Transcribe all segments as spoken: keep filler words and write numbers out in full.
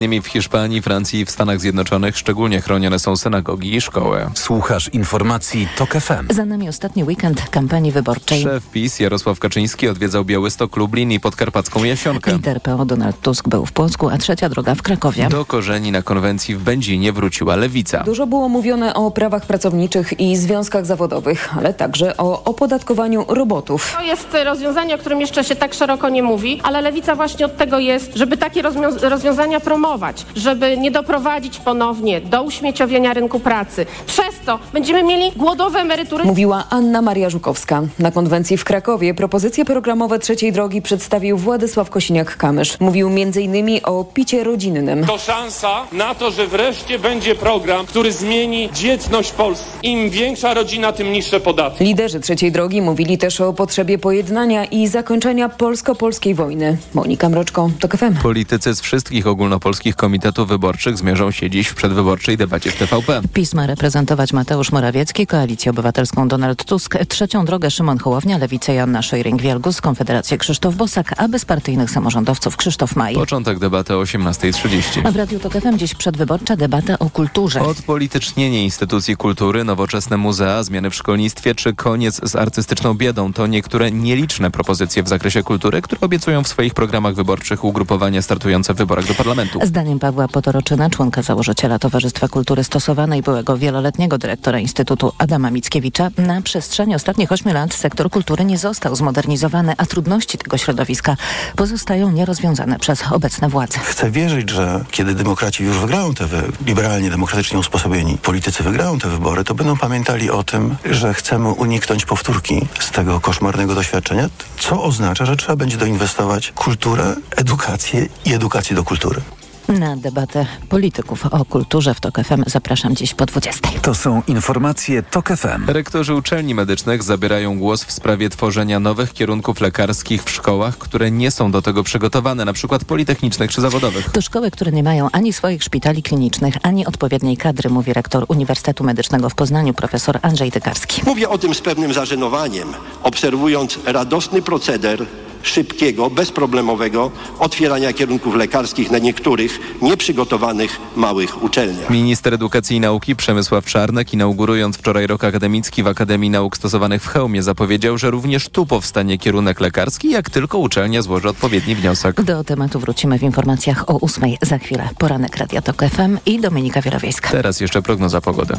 W Hiszpanii, Francji i w Stanach Zjednoczonych szczególnie chronione są synagogi i szkoły. Słuchasz informacji TOK F M. Za nami ostatni weekend kampanii wyborczej. Szef PiS Jarosław Kaczyński odwiedzał Białystok, Lublin i podkarpacką Jasionkę. Lider P O Donald Tusk był w Płocku, a Trzecia Droga w Krakowie. Do korzeni na konwencji w Będzinie wróciła Lewica. Dużo było mówione o prawach pracowniczych i związkach zawodowych, ale także o opodatkowaniu robotów. To jest rozwiązanie, o którym jeszcze się tak szeroko nie mówi, ale Lewica właśnie od tego jest, żeby takie rozwią- rozwiązania promować. Żeby nie doprowadzić ponownie do uśmieciowienia rynku pracy. Przez to będziemy mieli głodowe emerytury. Mówiła Anna Maria Żukowska. Na konwencji w Krakowie propozycje programowe Trzeciej Drogi przedstawił Władysław Kosiniak-Kamysz. Mówił między innymi o picie rodzinnym. To szansa na to, że wreszcie będzie program, który zmieni dzietność Polski. Im większa rodzina, tym niższe podatki. Liderzy Trzeciej Drogi mówili też o potrzebie pojednania i zakończenia polsko-polskiej wojny. Monika Mroczko, TOK F M. Politycy z wszystkich ogólnopolskich komitetów wyborczych zmierzą się dziś w przedwyborczej debacie w T V P. PiS ma reprezentować Mateusz Morawiecki, Koalicję Obywatelską Donald Tusk, Trzecią Drogę Szymon Hołownia, Lewicę Joanna Szojring-Wielgus, Konfederację Krzysztof Bosak, a bez partyjnych samorządowców Krzysztof Maj. Początek debaty o osiemnastej trzydzieści. A w Radiu TOK F M dziś przedwyborcza debata o kulturze. Odpolitycznienie instytucji kultury, nowoczesne muzea, zmiany w szkolnictwie czy koniec z artystyczną biedą to niektóre nieliczne propozycje w zakresie kultury, które obiecują w swoich programach wyborczych ugrupowania startujące w wyborach do parlamentu. Zdaniem Pawła Potoroczyna, członka założyciela Towarzystwa Kultury Stosowanej, byłego wieloletniego dyrektora Instytutu Adama Mickiewicza, na przestrzeni ostatnich ośmiu lat sektor kultury nie został zmodernizowany, a trudności tego środowiska pozostają nierozwiązane przez obecne władze. Chcę wierzyć, że kiedy demokraci już wygrają te wy- liberalnie, demokratycznie usposobieni politycy wygrają te wybory, to będą pamiętali o tym, że chcemy uniknąć powtórki z tego koszmarnego doświadczenia, co oznacza, że trzeba będzie doinwestować kulturę, edukację i edukację do kultury. Na debatę polityków o kulturze w TOK F M zapraszam dziś po dwudziestej. To są informacje TOK F M. Rektorzy uczelni medycznych zabierają głos w sprawie tworzenia nowych kierunków lekarskich w szkołach, które nie są do tego przygotowane, na przykład politechnicznych czy zawodowych. To szkoły, które nie mają ani swoich szpitali klinicznych, ani odpowiedniej kadry, mówi rektor Uniwersytetu Medycznego w Poznaniu profesor Andrzej Tykarski. Mówię o tym z pewnym zażenowaniem, obserwując radosny proceder szybkiego, bezproblemowego otwierania kierunków lekarskich na niektórych nieprzygotowanych małych uczelniach. Minister Edukacji i Nauki Przemysław Czarnek, inaugurując wczoraj rok akademicki w Akademii Nauk Stosowanych w Chełmie, zapowiedział, że również tu powstanie kierunek lekarski, jak tylko uczelnia złoży odpowiedni wniosek. Do tematu wrócimy w informacjach o ósmej. Za chwilę poranek Radia TOK F M i Dominika Wierowiejska. Teraz jeszcze prognoza pogody.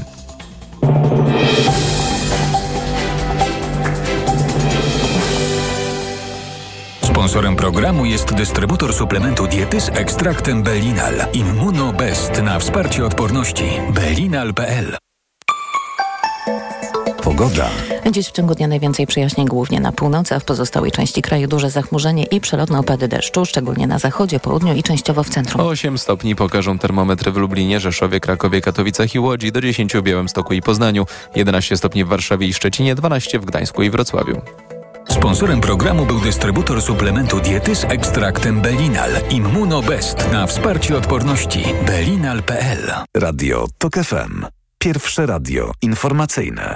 Sponsorem programu jest dystrybutor suplementu diety z ekstraktem Belinal. Immunobest na wsparcie odporności. belinal kropka p l. Pogoda. Dziś w ciągu dnia najwięcej przejaśnień głównie na północy, a w pozostałej części kraju duże zachmurzenie i przelotne opady deszczu, szczególnie na zachodzie, południu i częściowo w centrum. osiem stopni pokażą termometry w Lublinie, Rzeszowie, Krakowie, Katowicach i Łodzi, do dziesięć w Białymstoku i Poznaniu, jedenaście stopni w Warszawie i Szczecinie, dwanaście w Gdańsku i Wrocławiu. Sponsorem programu był dystrybutor suplementu diety z ekstraktem Belinal. Immunobest na wsparcie odporności. belinal kropka p l. Radio TOK F M. Pierwsze radio informacyjne.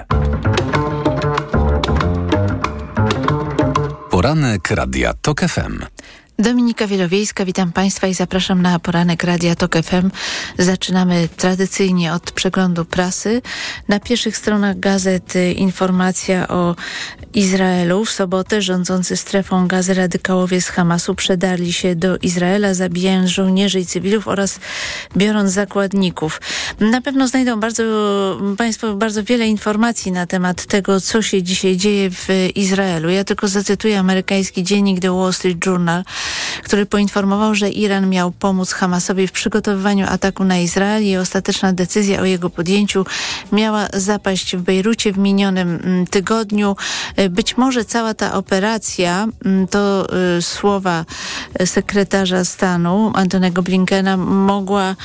Poranek Radia TOK F M. Dominika Wielowiejska, witam Państwa i zapraszam na poranek Radia TOK F M. Zaczynamy tradycyjnie od przeglądu prasy. Na pierwszych stronach gazet informacja o Izraelu. W sobotę rządzący strefą gazy radykałowie z Hamasu przedarli się do Izraela, zabijając żołnierzy i cywilów oraz biorąc zakładników. Na pewno znajdą bardzo Państwo bardzo wiele informacji na temat tego, co się dzisiaj dzieje w Izraelu. Ja tylko zacytuję amerykański dziennik The Wall Street Journal, który poinformował, że Iran miał pomóc Hamasowi w przygotowywaniu ataku na Izrael i ostateczna decyzja o jego podjęciu miała zapaść w Bejrucie w minionym tygodniu. Być może cała ta operacja, to y, słowa sekretarza stanu Antonego Blinkena, mogła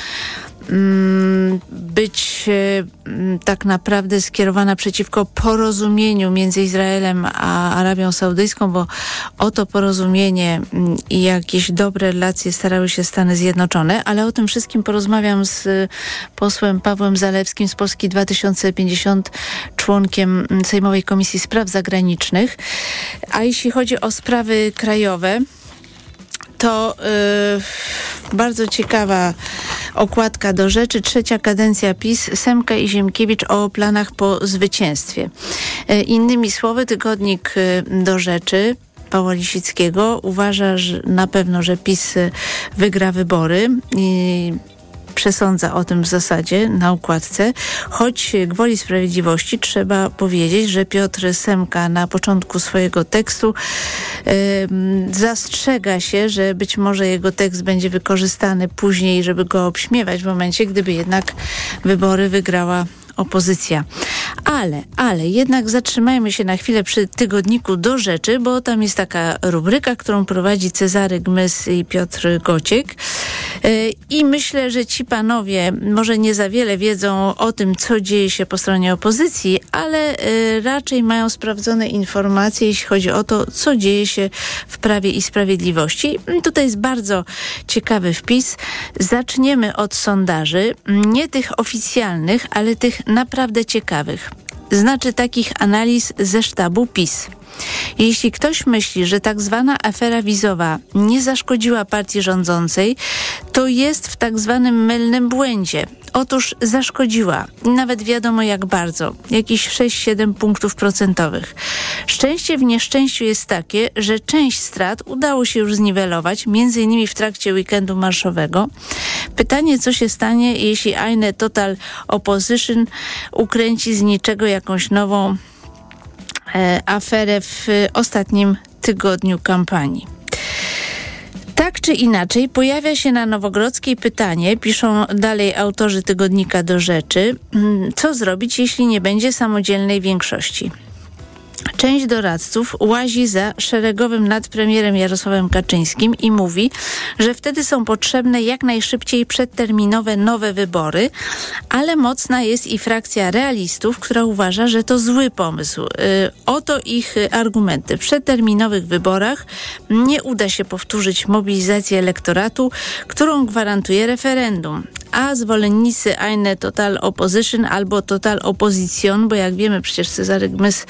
być tak naprawdę skierowana przeciwko porozumieniu między Izraelem a Arabią Saudyjską, bo o to porozumienie i jakieś dobre relacje starały się Stany Zjednoczone, ale o tym wszystkim porozmawiam z posłem Pawłem Zalewskim z Polski dwa tysiące pięćdziesiąt, członkiem Sejmowej Komisji Spraw Zagranicznych. A jeśli chodzi o sprawy krajowe, to yy, bardzo ciekawa okładka do rzeczy. Trzecia kadencja PiS, Semka i Ziemkiewicz o planach po zwycięstwie. Yy, innymi słowy, tygodnik yy, do rzeczy Pawła Lisickiego uważa, że na pewno, że PiS wygra wybory i przesądza o tym w zasadzie na układce, choć gwoli sprawiedliwości trzeba powiedzieć, że Piotr Semka na początku swojego tekstu yy, zastrzega się, że być może jego tekst będzie wykorzystany później, żeby go obśmiewać w momencie, gdyby jednak wybory wygrała opozycja. Ale, ale jednak zatrzymajmy się na chwilę przy tygodniku do rzeczy, bo tam jest taka rubryka, którą prowadzi Cezary Gmys i Piotr Gociek. I myślę, że ci panowie może nie za wiele wiedzą o tym, co dzieje się po stronie opozycji, ale raczej mają sprawdzone informacje, jeśli chodzi o to, co dzieje się w Prawie i Sprawiedliwości. Tutaj jest bardzo ciekawy wpis. Zaczniemy od sondaży, nie tych oficjalnych, ale tych naprawdę ciekawych. Znaczy takich analiz ze sztabu PiS. Jeśli ktoś myśli, że tak zwana afera wizowa nie zaszkodziła partii rządzącej, to jest w tak zwanym mylnym błędzie. Otóż zaszkodziła. I nawet wiadomo jak bardzo. Jakieś sześć siedem punktów procentowych. Szczęście w nieszczęściu jest takie, że część strat udało się już zniwelować, między innymi w trakcie weekendu marszowego. Pytanie, co się stanie, jeśli Eine Total Opposition ukręci z niczego jakąś nową e, aferę w ostatnim tygodniu kampanii. Tak czy inaczej pojawia się na Nowogrodzkiej pytanie, piszą dalej autorzy tygodnika do rzeczy, co zrobić, jeśli nie będzie samodzielnej większości. Część doradców łazi za szeregowym nadpremierem Jarosławem Kaczyńskim i mówi, że wtedy są potrzebne jak najszybciej przedterminowe nowe wybory, ale mocna jest i frakcja realistów, która uważa, że to zły pomysł. Yy, oto ich argumenty. W przedterminowych wyborach nie uda się powtórzyć mobilizacji elektoratu, którą gwarantuje referendum. A zwolennicy Eine Total Opposition albo Total Opposition, bo jak wiemy przecież Cezary Gmys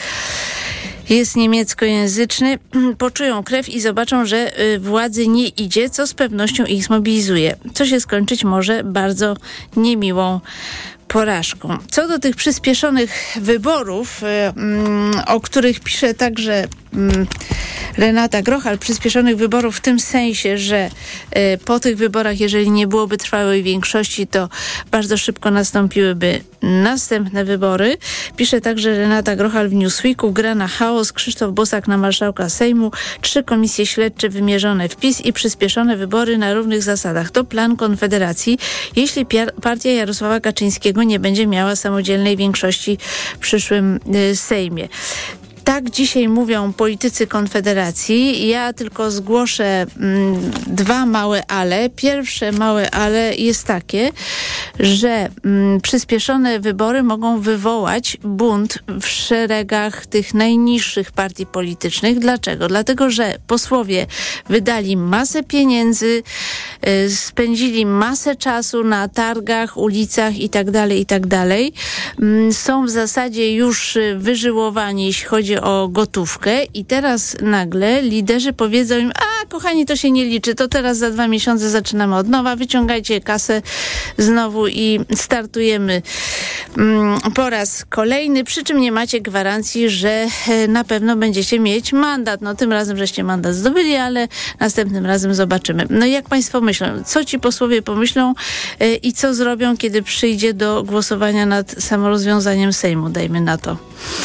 jest niemieckojęzyczny, poczują krew i zobaczą, że y, władzy nie idzie, co z pewnością ich zmobilizuje. Co się skończyć może bardzo niemiłą porażką. Co do tych przyspieszonych wyborów, y, y, o których pisze także y, Renata Grochal, przyspieszonych wyborów w tym sensie, że y, po tych wyborach, jeżeli nie byłoby trwałej większości, to bardzo szybko nastąpiłyby następne wybory. Pisze także Renata Grochal w Newsweeku. Gra na chaos, Krzysztof Bosak na marszałka Sejmu, trzy komisje śledcze wymierzone w PiS i przyspieszone wybory na równych zasadach. To plan Konfederacji, jeśli piar- partia Jarosława Kaczyńskiego nie będzie miała samodzielnej większości w przyszłym y, Sejmie. Tak dzisiaj mówią politycy Konfederacji. Ja tylko zgłoszę mm, dwa małe ale. Pierwsze małe ale jest takie, że mm, przyspieszone wybory mogą wywołać bunt w szeregach tych najniższych partii politycznych. Dlaczego? Dlatego, że posłowie wydali masę pieniędzy, y, spędzili masę czasu na targach, ulicach itd., itd. Y, są w zasadzie już wyżyłowani, jeśli chodzi o gotówkę i teraz nagle liderzy powiedzą im, a kochani, to się nie liczy, to teraz za dwa miesiące zaczynamy od nowa, wyciągajcie kasę znowu i startujemy mm, po raz kolejny, przy czym nie macie gwarancji, że e, na pewno będziecie mieć mandat. No tym razem żeście mandat zdobyli, ale następnym razem zobaczymy. No jak państwo myślą? Co ci posłowie pomyślą e, i co zrobią, kiedy przyjdzie do głosowania nad samorozwiązaniem Sejmu, dajmy na to.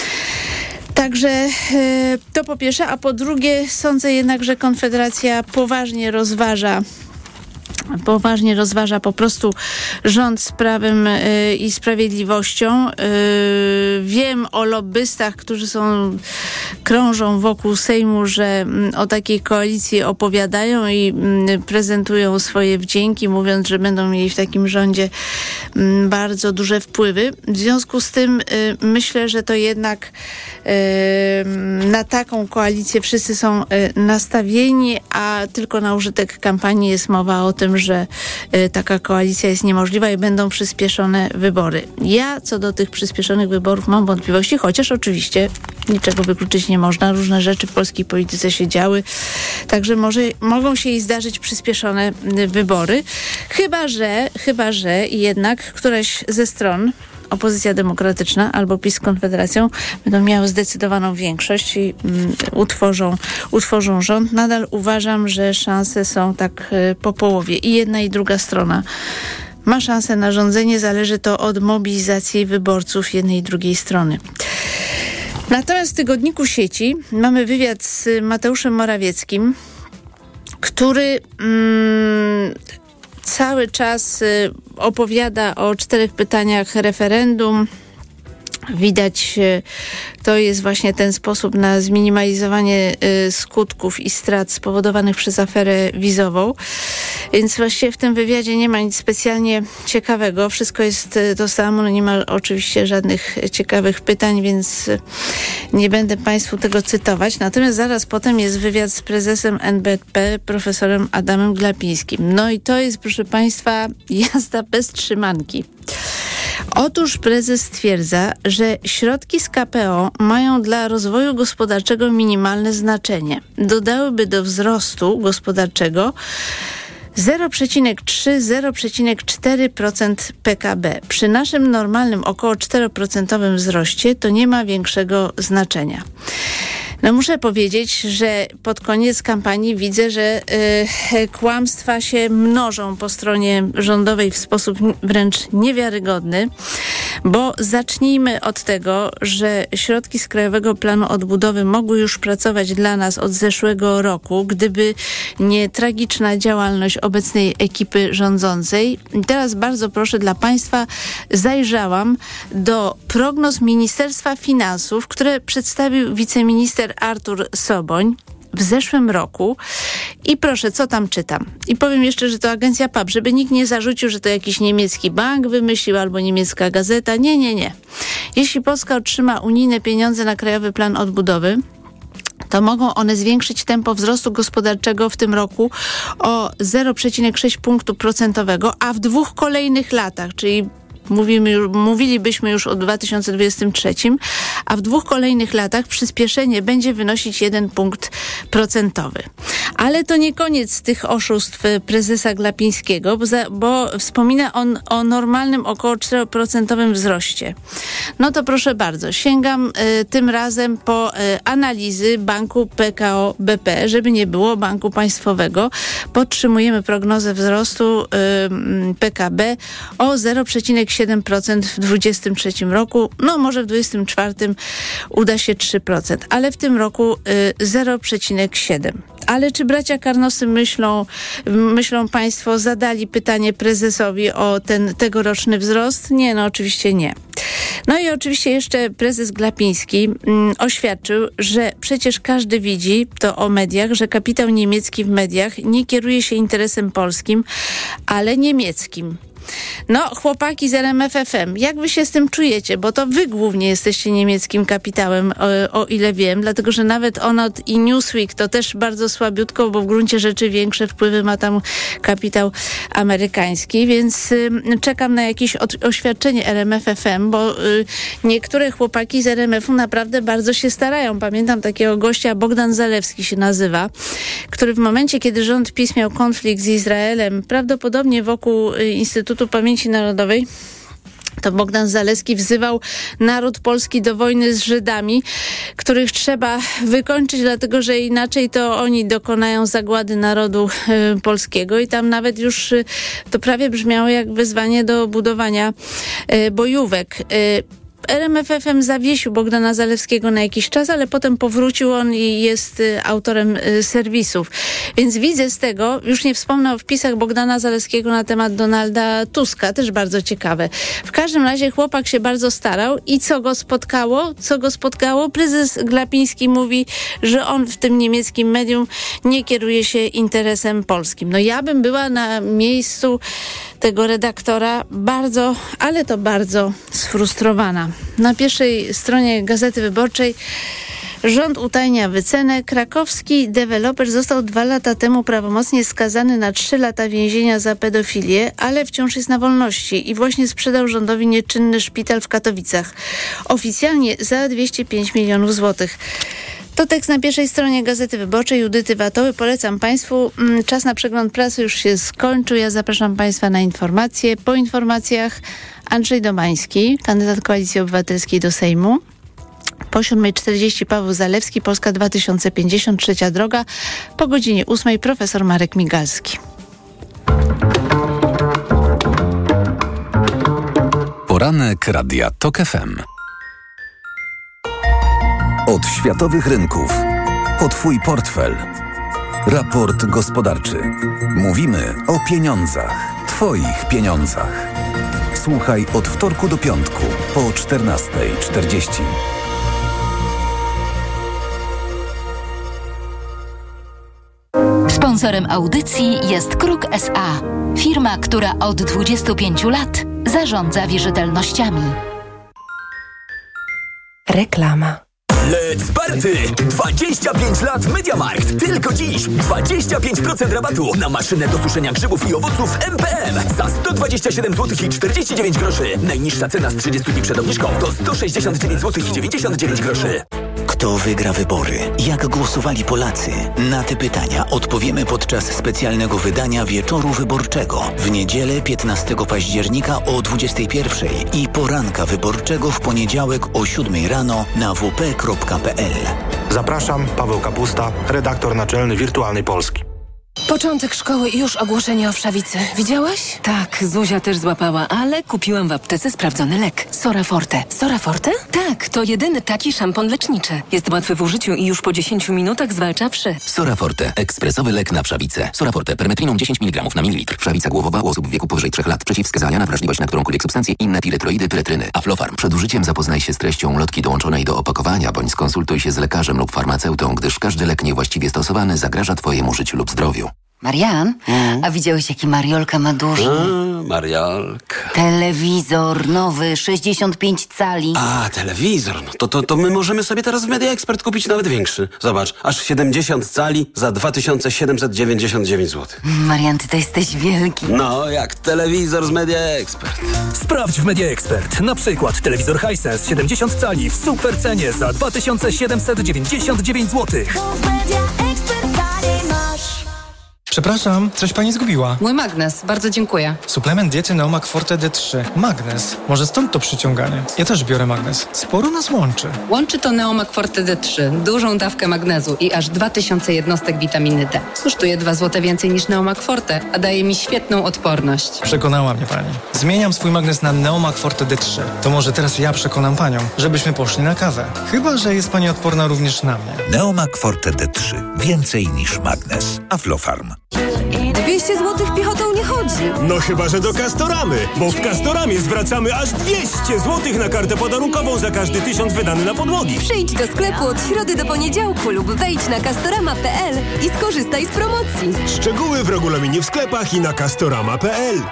Także e, to po pierwsze, a po drugie sądzę jednak, że Konfederacja poważnie rozważa poważnie rozważa po prostu rząd z Prawem y, i Sprawiedliwością. Y, wiem o lobbystach, którzy są, krążą wokół Sejmu, że y, o takiej koalicji opowiadają i y, prezentują swoje wdzięki, mówiąc, że będą mieli w takim rządzie m, bardzo duże wpływy. W związku z tym y, myślę, że to jednak y, na taką koalicję wszyscy są y, nastawieni, a tylko na użytek kampanii jest mowa o tym, że y, taka koalicja jest niemożliwa i będą przyspieszone wybory. Ja co do tych przyspieszonych wyborów mam wątpliwości, chociaż oczywiście niczego wykluczyć nie można. Różne rzeczy w polskiej polityce się działy, także może mogą się i zdarzyć przyspieszone y, wybory. Chyba, że, chyba, że jednak któraś ze stron, opozycja demokratyczna albo PiS z Konfederacją, będą miały zdecydowaną większość i mm, utworzą, utworzą rząd. Nadal uważam, że szanse są tak y, po połowie. I jedna i druga strona ma szansę na rządzenie. Zależy to od mobilizacji wyborców jednej i drugiej strony. Natomiast w tygodniku Sieci mamy wywiad z Mateuszem Morawieckim, który mm, cały czas y, opowiada o czterech pytaniach referendum. Widać, to jest właśnie ten sposób na zminimalizowanie y, skutków i strat spowodowanych przez aferę wizową. Więc właściwie w tym wywiadzie nie ma nic specjalnie ciekawego. Wszystko jest to samo. No nie ma oczywiście żadnych ciekawych pytań, więc nie będę Państwu tego cytować. Natomiast zaraz potem jest wywiad z prezesem N B P, profesorem Adamem Glapińskim. No i to jest, proszę Państwa, jazda bez trzymanki. Otóż prezes stwierdza, że środki z K P O mają dla rozwoju gospodarczego minimalne znaczenie. Dodałyby do wzrostu gospodarczego zero przecinek trzy do zero przecinek cztery procent P K B. Przy naszym normalnym około cztery procent wzroście to nie ma większego znaczenia. No muszę powiedzieć, że pod koniec kampanii widzę, że y, kłamstwa się mnożą po stronie rządowej w sposób wręcz niewiarygodny, bo zacznijmy od tego, że środki z Krajowego Planu Odbudowy mogły już pracować dla nas od zeszłego roku, gdyby nie tragiczna działalność obecnej ekipy rządzącej. I teraz bardzo proszę dla Państwa, zajrzałam do prognoz Ministerstwa Finansów, które przedstawił wiceminister Artur Soboń w zeszłym roku i proszę, co tam czytam. I powiem jeszcze, że to agencja P A P, żeby nikt nie zarzucił, że to jakiś niemiecki bank wymyślił albo niemiecka gazeta. Nie, nie, nie. Jeśli Polska otrzyma unijne pieniądze na Krajowy Plan Odbudowy, to mogą one zwiększyć tempo wzrostu gospodarczego w tym roku o zero przecinek sześć punktu procentowego, a w dwóch kolejnych latach, czyli Mówimy, mówilibyśmy już o dwa tysiące dwudziestym trzecim, a w dwóch kolejnych latach przyspieszenie będzie wynosić jeden punkt procentowy. Ale to nie koniec tych oszustw prezesa Glapińskiego, bo, za, bo wspomina on o normalnym około cztery procent wzroście. No to proszę bardzo, sięgam y, tym razem po y, analizy banku P K O B P, żeby nie było banku państwowego. Podtrzymujemy prognozę wzrostu y, P K B o zero przecinek siedem procent w dwudziestym trzecim roku, no może w dwudziestym czwartym uda się trzy procent, ale w tym roku y, zero przecinek siedem. Ale czy bracia Karnosy myślą, myślą Państwo, zadali pytanie prezesowi o ten tegoroczny wzrost? Nie, no oczywiście nie. No i oczywiście jeszcze prezes Glapiński mm, oświadczył, że przecież każdy widzi to o mediach, że kapitał niemiecki w mediach nie kieruje się interesem polskim, ale niemieckim. No, chłopaki z R M F F M, jak wy się z tym czujecie? Bo to wy głównie jesteście niemieckim kapitałem, o, o ile wiem, dlatego że nawet Onot i Newsweek to też bardzo słabiutko, bo w gruncie rzeczy większe wpływy ma tam kapitał amerykański, więc y, czekam na jakieś od, oświadczenie R M F F M, bo y, niektóre chłopaki z R M F u naprawdę bardzo się starają. Pamiętam takiego gościa, Bogdan Zalewski się nazywa, który w momencie, kiedy rząd PiS miał konflikt z Izraelem, prawdopodobnie wokół y, Instytutu Pamięci Narodowej, to Bogdan Zalewski wzywał naród polski do wojny z Żydami, których trzeba wykończyć, dlatego że inaczej to oni dokonają zagłady narodu y, polskiego i tam nawet już y, to prawie brzmiało jak wezwanie do budowania y, bojówek. Y, R M F F M zawiesił Bogdana Zalewskiego na jakiś czas, ale potem powrócił on i jest y, autorem y, serwisów. Więc widzę z tego, już nie wspomnę o wpisach Bogdana Zalewskiego na temat Donalda Tuska, też bardzo ciekawe. W każdym razie chłopak się bardzo starał i co go spotkało? Co go spotkało? Prezes Glapiński mówi, że on w tym niemieckim medium nie kieruje się interesem polskim. No ja bym była na miejscu tego redaktora, bardzo, ale to bardzo sfrustrowana. Na pierwszej stronie Gazety Wyborczej rząd utajnia wycenę. Krakowski deweloper został dwa lata temu prawomocnie skazany na trzy lata więzienia za pedofilię, ale wciąż jest na wolności i właśnie sprzedał rządowi nieczynny szpital w Katowicach. Oficjalnie za dwieście pięć milionów złotych. To tekst na pierwszej stronie Gazety Wyborczej Judyty Watoły. Polecam Państwu. Czas na przegląd prasy już się skończył. Ja zapraszam Państwa na informacje. Po informacjach Andrzej Domański, kandydat Koalicji Obywatelskiej do Sejmu. Po siódmej czterdzieści Paweł Zalewski, Polska dwa tysiące pięćdziesiąt, Trzecia Droga. Po godzinie ósmej profesor Marek Migalski. Poranek Radia Tok F M. Od światowych rynków po Twój portfel. Raport gospodarczy. Mówimy o pieniądzach. Twoich pieniądzach. Słuchaj od wtorku do piątku po czternasta czterdzieści. Sponsorem audycji jest Kruk S A. Firma, która od dwudziestu pięciu lat zarządza wierzytelnościami. Reklama. Let's party! dwadzieścia pięć lat MediaMarkt. Tylko dziś dwadzieścia pięć procent rabatu na maszynę do suszenia grzybów i owoców M P M za sto dwadzieścia siedem złotych i czterdzieści dziewięć groszy. Najniższa cena z trzydziestu dni przed obniżką to sto sześćdziesiąt dziewięć złotych i dziewięćdziesiąt dziewięć groszy. Kto wygra wybory? Jak głosowali Polacy? Na te pytania odpowiemy podczas specjalnego wydania Wieczoru Wyborczego w niedzielę piętnastego października o dwudziestej pierwszej i poranka wyborczego w poniedziałek o siódmej rano na w p kropka p l. Zapraszam, Paweł Kapusta, redaktor naczelny Wirtualnej Polski. Początek szkoły i już ogłoszenie o wszawicy. Widziałaś? Tak, Zuzia też złapała, ale kupiłam w aptece sprawdzony lek. Sora Forte. Sora Forte? Tak, to jedyny taki szampon leczniczy. Jest łatwy w użyciu i już po dziesięciu minutach zwalcza wszy. Sora Forte. Ekspresowy lek na wszawicę. Sora Forte. Permetriną dziesięć miligramów na mililitr. Wszawica głowowa u osób w wieku powyżej trzech lat. Przeciwwskazania na wrażliwość na którąkolwiek substancję, inne piretroidy, pyretryny. Aflofarm. Przed użyciem zapoznaj się z treścią lotki dołączonej do opakowania, bądź skonsultuj się z lekarzem lub farmaceutą, gdyż każdy lek niewłaściwie stosowany zagraża Twojemu życiu lub zdrowiu. Marian, mm. a widziałeś, jaki Mariolka ma duży? A, Mariolka. Telewizor nowy, sześćdziesiąt pięć cali. A, telewizor. No to, to, to my możemy sobie teraz w Media Expert kupić nawet większy. Zobacz, aż siedemdziesiąt cali za dwa tysiące siedemset dziewięćdziesiąt dziewięć złotych. Marian, ty to jesteś wielki. No, jak telewizor z Media Expert. Sprawdź w Media Expert. Na przykład telewizor Hisense siedemdziesiąt cali w super cenie za dwa tysiące siedemset dziewięćdziesiąt dziewięć złotych. Przepraszam, coś pani zgubiła. Mój magnes, bardzo dziękuję. Suplement diety Neomak Forte D trzy. Magnes. Może stąd to przyciąganie. Ja też biorę magnes. Sporo nas łączy. Łączy to Neomak Forte D trzy. Dużą dawkę magnezu i aż dwa tysiące jednostek witaminy D. Kosztuje dwa złote więcej niż Neomak Forte, a daje mi świetną odporność. Przekonała mnie pani. Zmieniam swój magnes na Neomak Forte D trzy. To może teraz ja przekonam panią, żebyśmy poszli na kawę. Chyba że jest pani odporna również na mnie. Neomak Forte D trzy. Więcej niż magnes. Aflofarm. dwieście złotych piechotą nie chodzi. No chyba, że do Castoramy, bo w Castoramie zwracamy aż dwieście złotych na kartę podarunkową za każdy tysiąc wydany na podłogi. Przyjdź do sklepu od środy do poniedziałku lub wejdź na castorama kropka p l i skorzystaj z promocji. Szczegóły w regulaminie w sklepach i na castorama kropka p l.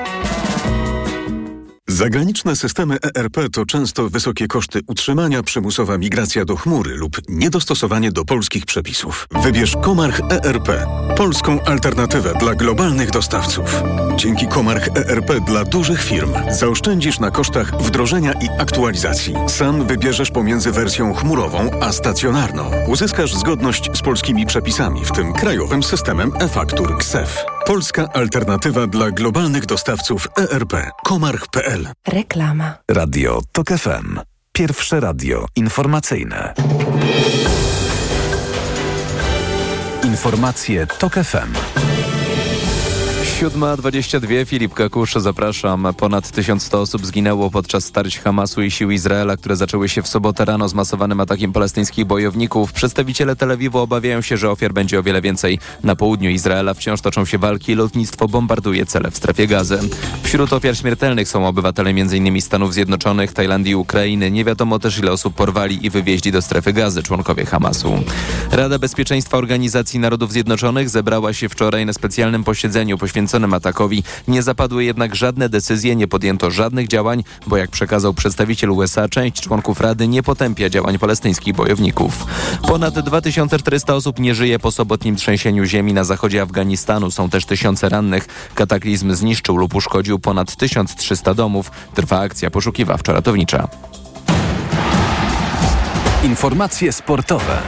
Zagraniczne systemy E R P to często wysokie koszty utrzymania, przymusowa migracja do chmury lub niedostosowanie do polskich przepisów. Wybierz Comarch E R P, polską alternatywę dla globalnych dostawców. Dzięki Comarch E R P dla dużych firm zaoszczędzisz na kosztach wdrożenia i aktualizacji. Sam wybierzesz pomiędzy wersją chmurową a stacjonarną. Uzyskasz zgodność z polskimi przepisami, w tym krajowym systemem e-faktur K S E F. Polska alternatywa dla globalnych dostawców E R P. Comarch kropka p l. Reklama. Radio Tok F M. Pierwsze radio informacyjne. Informacje Tok F M. siódma dwadzieścia dwa, Filip Kakusz, zapraszam. Ponad tysiąc sto osób zginęło podczas starć Hamasu i sił Izraela, które zaczęły się w sobotę rano z masowanym atakiem palestyńskich bojowników. Przedstawiciele Tel Awiwu obawiają się, że ofiar będzie o wiele więcej. Na południu Izraela wciąż toczą się walki, lotnictwo bombarduje cele w strefie Gazy. Wśród ofiar śmiertelnych są obywatele m.in. Stanów Zjednoczonych, Tajlandii i Ukrainy. Nie wiadomo też, ile osób porwali i wywieźli do strefy Gazy członkowie Hamasu. Rada Bezpieczeństwa Organizacji Narodów Zjednoczonych zebrała się wczoraj na specjalnym posiedzeniu poświęconym atakowi. Nie zapadły jednak żadne decyzje, nie podjęto żadnych działań, bo jak przekazał przedstawiciel U S A, część członków Rady nie potępia działań palestyńskich bojowników. Ponad dwa tysiące czterysta osób nie żyje po sobotnim trzęsieniu ziemi na zachodzie Afganistanu. Są też tysiące rannych. Kataklizm zniszczył lub uszkodził ponad tysiąc trzysta domów. Trwa akcja poszukiwawczo-ratownicza. Informacje sportowe.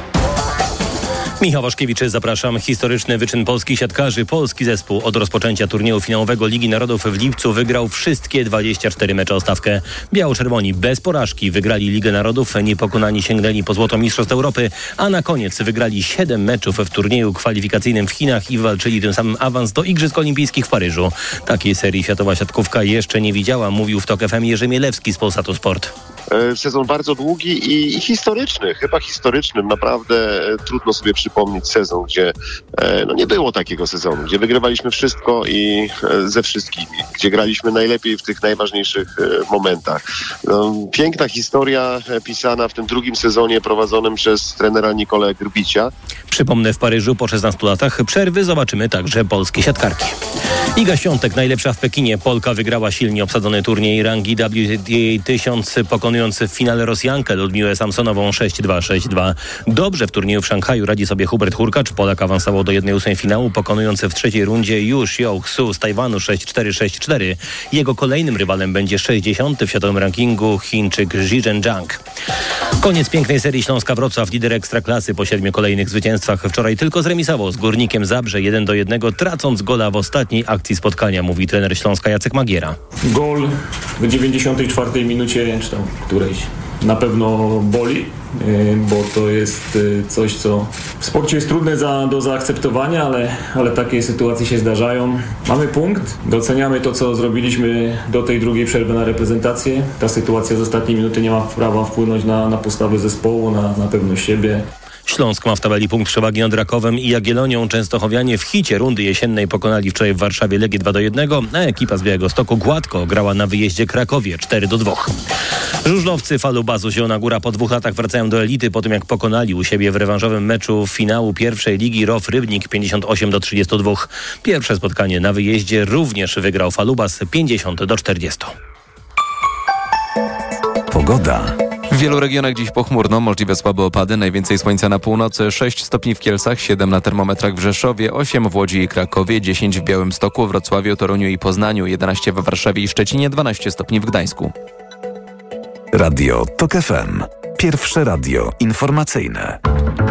Michał Waszkiewicz, zapraszam. Historyczny wyczyn polskich siatkarzy. Polski zespół od rozpoczęcia turnieju finałowego Ligi Narodów w lipcu wygrał wszystkie dwadzieścia cztery mecze o stawkę. Biało-czerwoni bez porażki wygrali Ligę Narodów, niepokonani sięgnęli po złoto Mistrzostw Europy, a na koniec wygrali siedem meczów w turnieju kwalifikacyjnym w Chinach i walczyli tym samym awans do Igrzysk Olimpijskich w Paryżu. Takiej serii światowa siatkówka jeszcze nie widziała, mówił w TOK F M Jerzy Mielewski z Polsatu Sport. Sezon bardzo długi i, i historyczny, chyba historyczny. Naprawdę trudno sobie przypomnieć sezon, gdzie no nie było takiego sezonu, gdzie wygrywaliśmy wszystko i ze wszystkimi, gdzie graliśmy najlepiej w tych najważniejszych momentach. No, piękna historia pisana w tym drugim sezonie prowadzonym przez trenera Nikolę Grbicia. Przypomnę, w Paryżu po szesnastu latach przerwy zobaczymy także polskie siatkarki. Iga Świątek, najlepsza w Pekinie. Polka wygrała silnie obsadzony turniej rangi W T A tysiąc, pokonując w finale Rosjankę Ludmiłę Samsonową sześć dwa sześć dwa. Dobrze w turnieju w Szanghaju radzi sobie Hubert Hurkacz. Polak awansował do jednej ósmej finału, pokonując w trzeciej rundzie już Yo-Su z Tajwanu sześć cztery sześć cztery. Jego kolejnym rywalem będzie sześćdziesiąty w światowym rankingu Chińczyk Zhizhen Zhang. Koniec pięknej serii Śląska-Wrocław. Lider Ekstraklasy po siedmiu kolejnych zwycięstwach wczoraj tylko zremisował z Górnikiem Zabrze jeden do jednego, tracąc gola w ostatniej akcji spotkania, mówi trener Śląska Jacek Magiera. Gol w dziewięćdziesiątej czwartej minucie, czy tam którejś, na pewno boli, bo to jest coś, co w sporcie jest trudne za, do zaakceptowania, ale, ale takie sytuacje się zdarzają. Mamy punkt, doceniamy to, co zrobiliśmy do tej drugiej przerwy na reprezentację. Ta sytuacja z ostatniej minuty nie ma prawa wpłynąć na, na postawę zespołu, na, na pewność siebie. Śląsk ma w tabeli punkt przewagi nad Rakowem i Jagiellonią. Częstochowianie w hicie rundy jesiennej pokonali wczoraj w Warszawie Legię dwa do jednego, a ekipa z Białegostoku gładko grała na wyjeździe Krakowie cztery do dwóch. Żużlowcy Falubazu Zielona Góra po dwóch latach wracają do elity po tym, jak pokonali u siebie w rewanżowym meczu finału pierwszej ligi R O F Rybnik pięćdziesiąt osiem do trzydziestu dwóch. Pierwsze spotkanie na wyjeździe również wygrał Falubaz pięćdziesiąt do czterdziestu. Pogoda. W wielu regionach dziś pochmurno, możliwe słabe opady, najwięcej słońca na północy, sześć stopni w Kielcach, siedem na termometrach w Rzeszowie, osiem w Łodzi i Krakowie, dziesięć w Białymstoku, Wrocławiu, Toruniu i Poznaniu, jedenaście we Warszawie i Szczecinie, dwanaście stopni w Gdańsku. Radio TOK F M. Pierwsze radio informacyjne.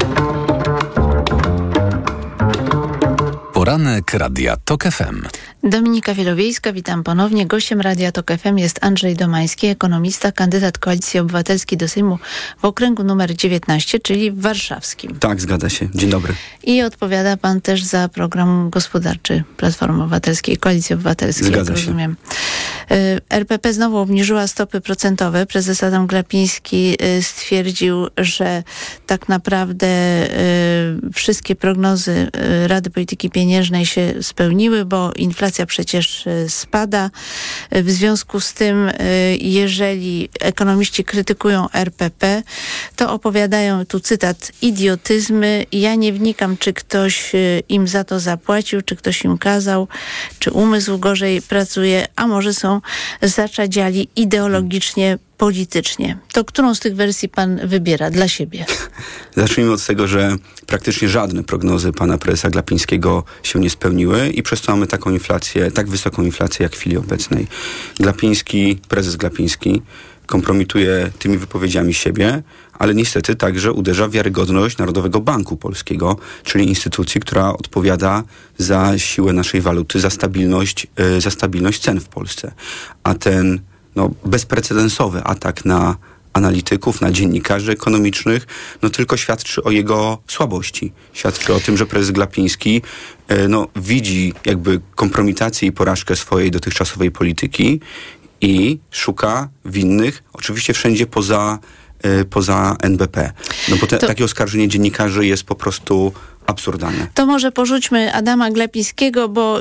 Poranek Radia TOK F M. Dominika Wielowiejska, witam ponownie. Gościem Radia TOK F M jest Andrzej Domański, ekonomista, kandydat Koalicji Obywatelskiej do Sejmu w okręgu numer dziewiętnaście, czyli w warszawskim. Tak, zgadza się. Dzień dobry. I odpowiada pan też za program gospodarczy Platformy Obywatelskiej, Koalicji Obywatelskiej, zgadza jak się. rozumiem. R P P znowu obniżyła stopy procentowe. Prezes Adam Glapiński stwierdził, że tak naprawdę wszystkie prognozy Rady Polityki Pieniężnej się spełniły, bo inflacja przecież spada. W związku z tym, jeżeli ekonomiści krytykują R P P, to opowiadają, tu cytat, idiotyzmy. Ja nie wnikam, czy ktoś im za to zapłacił, czy ktoś im kazał, czy umysł gorzej pracuje, a może są zaczadziali ideologicznie, politycznie. To którą z tych wersji pan wybiera dla siebie? Zacznijmy od tego, że praktycznie żadne prognozy pana prezesa Glapińskiego się nie spełniły i przez to mamy taką inflację, tak wysoką inflację jak w chwili obecnej. Glapiński, prezes Glapiński kompromituje tymi wypowiedziami siebie, ale niestety także uderza w wiarygodność Narodowego Banku Polskiego, czyli instytucji, która odpowiada za siłę naszej waluty, za stabilność, yy, za stabilność cen w Polsce. A ten no, bezprecedensowy atak na analityków, na dziennikarzy ekonomicznych, no tylko świadczy o jego słabości. Świadczy o tym, że prezes Glapiński yy, no, widzi jakby kompromitację i porażkę swojej dotychczasowej polityki i szuka winnych, oczywiście wszędzie poza, y, poza N B P. No bo te, to... takie oskarżenie dziennikarzy jest po prostu absurdalne. To może porzućmy Adama Glapińskiego, bo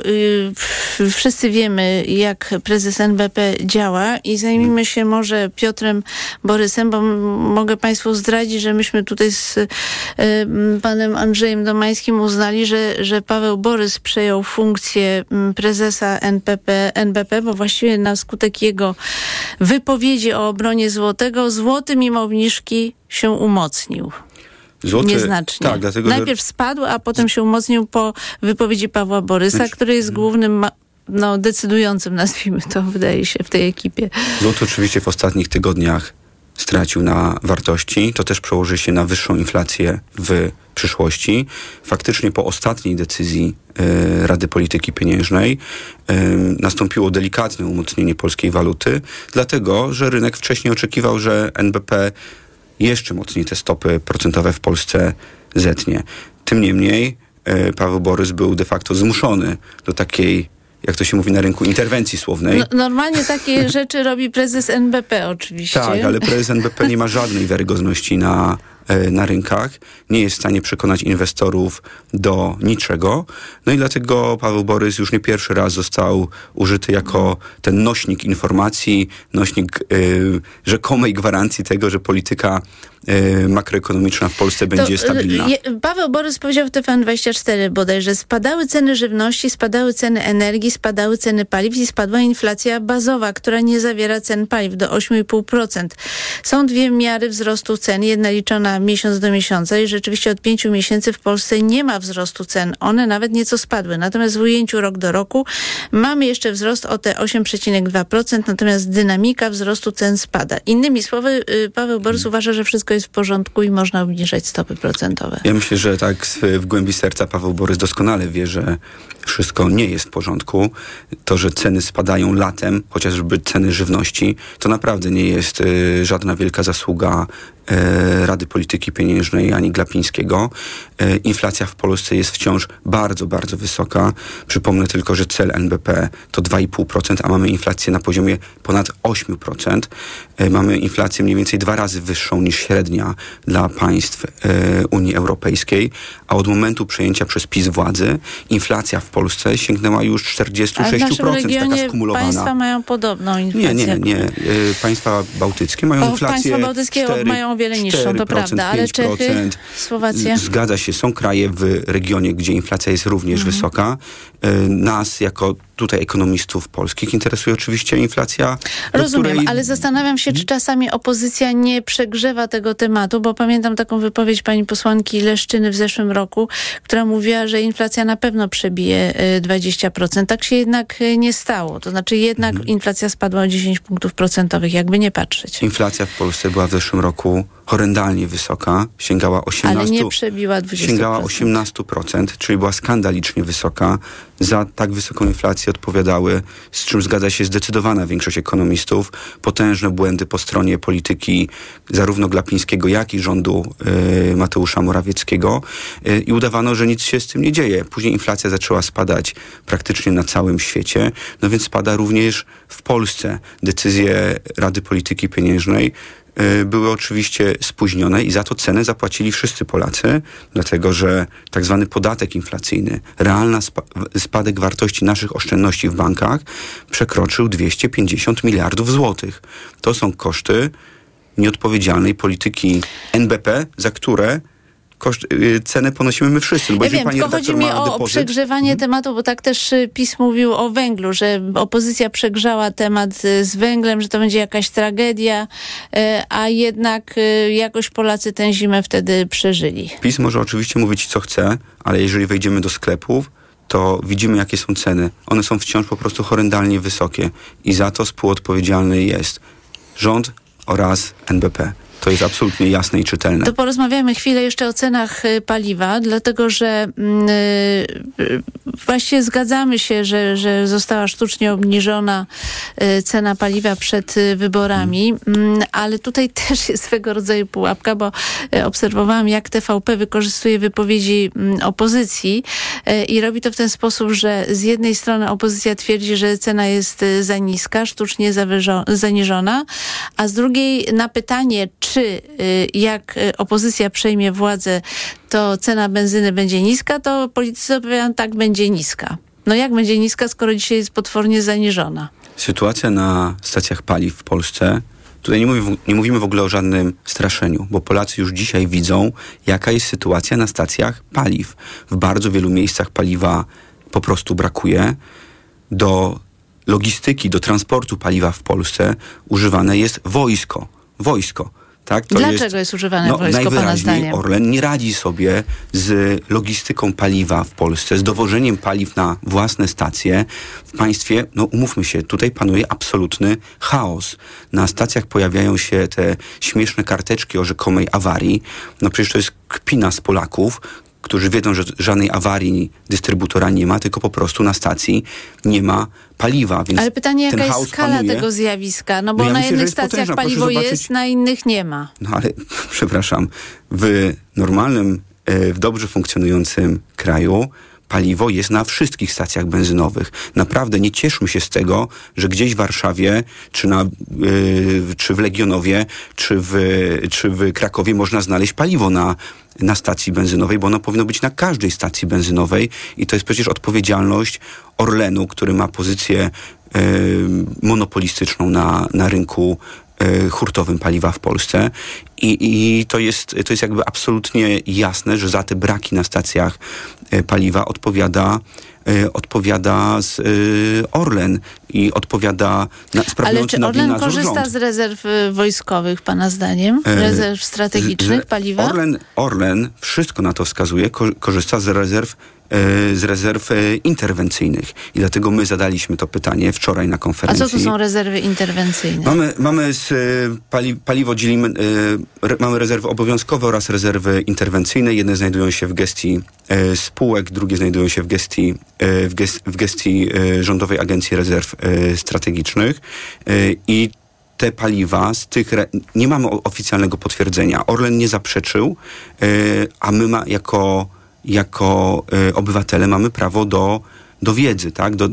y, wszyscy wiemy, jak prezes N B P działa i zajmijmy się może Piotrem Borysem, bo m- mogę Państwu zdradzić, że myśmy tutaj z y, panem Andrzejem Domańskim uznali, że, że Paweł Borys przejął funkcję y, prezesa N P P, N B P, bo właściwie na skutek jego wypowiedzi o obronie złotego, złoty mimo obniżki się umocnił. Złoty, Nieznacznie. Tak, dlatego, Najpierw że... spadł, a potem się umocnił po wypowiedzi Pawła Borysa, Znaczy... który jest głównym, ma- no, decydującym, nazwijmy to, wydaje się, w tej ekipie. Złoto oczywiście w ostatnich tygodniach stracił na wartości. To też przełoży się na wyższą inflację w przyszłości. Faktycznie po ostatniej decyzji y, Rady Polityki Pieniężnej y, nastąpiło delikatne umocnienie polskiej waluty, dlatego, że rynek wcześniej oczekiwał, że N B P jeszcze mocniej te stopy procentowe w Polsce zetnie. Tym niemniej y, Paweł Borys był de facto zmuszony do takiej, jak to się mówi na rynku, interwencji słownej. No, normalnie takie rzeczy robi prezes N B P oczywiście. Tak, ale prezes N B P nie ma żadnej wiarygodności na, na rynkach. Nie jest w stanie przekonać inwestorów do niczego. No i dlatego Paweł Borys już nie pierwszy raz został użyty jako ten nośnik informacji, nośnik y, rzekomej gwarancji tego, że polityka y, makroekonomiczna w Polsce będzie to, stabilna. Je, Paweł Borys powiedział w T V N dwadzieścia cztery bodajże, spadały ceny żywności, spadały ceny energii, spadały ceny paliw i spadła inflacja bazowa, która nie zawiera cen paliw do osiem i pół procent. Są dwie miary wzrostu cen, jedna liczona miesiąc do miesiąca i rzeczywiście od pięciu miesięcy w Polsce nie ma wzrostu cen. One nawet nieco spadły. Natomiast w ujęciu rok do roku mamy jeszcze wzrost o te osiem przecinek dwa procent, natomiast dynamika wzrostu cen spada. Innymi słowy, Paweł Borys hmm. uważa, że wszystko jest w porządku i można obniżać stopy procentowe. Ja myślę, że tak w głębi serca Paweł Borys doskonale wie, że wszystko nie jest w porządku. To, że ceny spadają latem, chociażby ceny żywności, to naprawdę nie jest y, żadna wielka zasługa y, Rady Polityki Pieniężnej ani Glapińskiego. Y, inflacja w Polsce jest wciąż bardzo, bardzo wysoka. Przypomnę tylko, że cel N B P to dwa i pół procent, a mamy inflację na poziomie ponad osiem procent. Y, mamy inflację mniej więcej dwa razy wyższą niż średnia dla państw y, Unii Europejskiej, a od momentu przejęcia przez PiS władzy inflacja w Polsce sięgnęła już czterdzieści sześć procent, taka skumulowana. Państwa mają podobną inflację. Nie, nie, nie. Y, państwa bałtyckie mają o, inflację Państwa bałtyckie cztery, mają o wiele niższą, to prawda, ale Czechy, Słowacja? Zgadza się, są kraje w regionie, gdzie inflacja jest również mhm. wysoka. Y, nas, jako tutaj ekonomistów polskich, interesuje oczywiście inflacja. Rozumiem, której... ale zastanawiam się, czy czasami opozycja nie przegrzewa tego tematu, bo pamiętam taką wypowiedź pani posłanki Leszczyny w zeszłym roku, która mówiła, że inflacja na pewno przebije dwadzieścia procent. Tak się jednak nie stało. To znaczy jednak hmm. inflacja spadła o dziesięć punktów procentowych, jakby nie patrzeć. Inflacja w Polsce była w zeszłym roku horrendalnie wysoka. Sięgała osiemnaście procent. Ale nie przebiła dwadzieścia procent. Sięgała osiemnaście procent, czyli była skandalicznie wysoka. Za tak wysoką inflację odpowiadały, z czym zgadza się zdecydowana większość ekonomistów, potężne błędy po stronie polityki zarówno Glapińskiego, jak i rządu y, Mateusza Morawieckiego y, i udawano, że nic się z tym nie dzieje. Później inflacja zaczęła spadać praktycznie na całym świecie, no więc spada również w Polsce. Decyzje Rady Polityki Pieniężnej były oczywiście spóźnione i za to cenę zapłacili wszyscy Polacy, dlatego że tak zwany podatek inflacyjny, realny spa- spadek wartości naszych oszczędności w bankach przekroczył dwieście pięćdziesiąt miliardów złotych. To są koszty nieodpowiedzialnej polityki N B P, za które Koszt, yy, cenę ponosimy my wszyscy. No bo ja wiem, tylko chodzi mi o depozyt, przegrzewanie hmm. tematu, bo tak też PiS mówił o węglu, że opozycja przegrzała temat z węglem, że to będzie jakaś tragedia, yy, a jednak yy, jakoś Polacy tę zimę wtedy przeżyli. PiS może oczywiście mówić co chce, ale jeżeli wejdziemy do sklepów, to widzimy, jakie są ceny. One są wciąż po prostu horrendalnie wysokie i za to współodpowiedzialny jest rząd oraz N B P. To jest absolutnie jasne i czytelne. To porozmawiamy chwilę jeszcze o cenach paliwa, dlatego że yy, właściwie zgadzamy się, że, że została sztucznie obniżona yy, cena paliwa przed wyborami, hmm. yy, ale tutaj też jest swego rodzaju pułapka, bo yy, obserwowałam, jak T V P wykorzystuje wypowiedzi yy, opozycji yy, i robi to w ten sposób, że z jednej strony opozycja twierdzi, że cena jest yy, za niska, sztucznie zawyżo- zaniżona, a z drugiej na pytanie, czy czy y, jak opozycja przejmie władzę, to cena benzyny będzie niska, to politycy odpowiadają, tak, będzie niska. No jak będzie niska, skoro dzisiaj jest potwornie zaniżona? Sytuacja na stacjach paliw w Polsce, tutaj nie, mówię, nie mówimy w ogóle o żadnym straszeniu, bo Polacy już dzisiaj widzą, jaka jest sytuacja na stacjach paliw. W bardzo wielu miejscach paliwa po prostu brakuje. Do logistyki, do transportu paliwa w Polsce używane jest wojsko. Wojsko. Tak? To Dlaczego jest, jest używane no, wojsko, pana zdaniem? Orlen nie radzi sobie z logistyką paliwa w Polsce, z dowożeniem paliw na własne stacje. W państwie, no umówmy się, tutaj panuje absolutny chaos. Na stacjach pojawiają się te śmieszne karteczki o rzekomej awarii. No przecież to jest kpina z Polaków, którzy wiedzą, że żadnej awarii dystrybutora nie ma, tylko po prostu na stacji nie ma paliwa. Więc ale pytanie, jaka jest skala panuje. tego zjawiska? No bo no ja na myślę, jednych stacjach potężna. paliwo Proszę jest, zobaczyć. na innych nie ma. No ale, przepraszam, w normalnym, w dobrze funkcjonującym kraju paliwo jest na wszystkich stacjach benzynowych. Naprawdę nie cieszmy się z tego, że gdzieś w Warszawie, czy, na, yy, czy w Legionowie, czy w, czy w Krakowie można znaleźć paliwo na, na stacji benzynowej, bo ono powinno być na każdej stacji benzynowej i to jest przecież odpowiedzialność Orlenu, który ma pozycję yy, monopolistyczną na, na rynku hurtowym paliwa w Polsce i, i to jest, to jest jakby absolutnie jasne, że za te braki na stacjach paliwa odpowiada odpowiada z, y, Orlen i odpowiada na, sprawujący ale czy Orlen nadzór korzysta rząd. z rezerw wojskowych, pana zdaniem? Rezerw strategicznych z, z, paliwa? Orlen, Orlen, wszystko na to wskazuje, ko- korzysta z rezerw z rezerw interwencyjnych. I dlatego my zadaliśmy to pytanie wczoraj na konferencji. A co to są rezerwy interwencyjne? Mamy, mamy z pali, paliwo dzielimy, re, mamy rezerwy obowiązkowe oraz rezerwy interwencyjne. Jedne znajdują się w gestii e, spółek, drugie znajdują się w gestii, e, w, gest, w gestii e, Rządowej Agencji Rezerw e, Strategicznych. E, I te paliwa, z tych re... nie mamy oficjalnego potwierdzenia. Orlen nie zaprzeczył, e, a my ma, jako jako y, obywatele mamy prawo do, do wiedzy, tak? Do,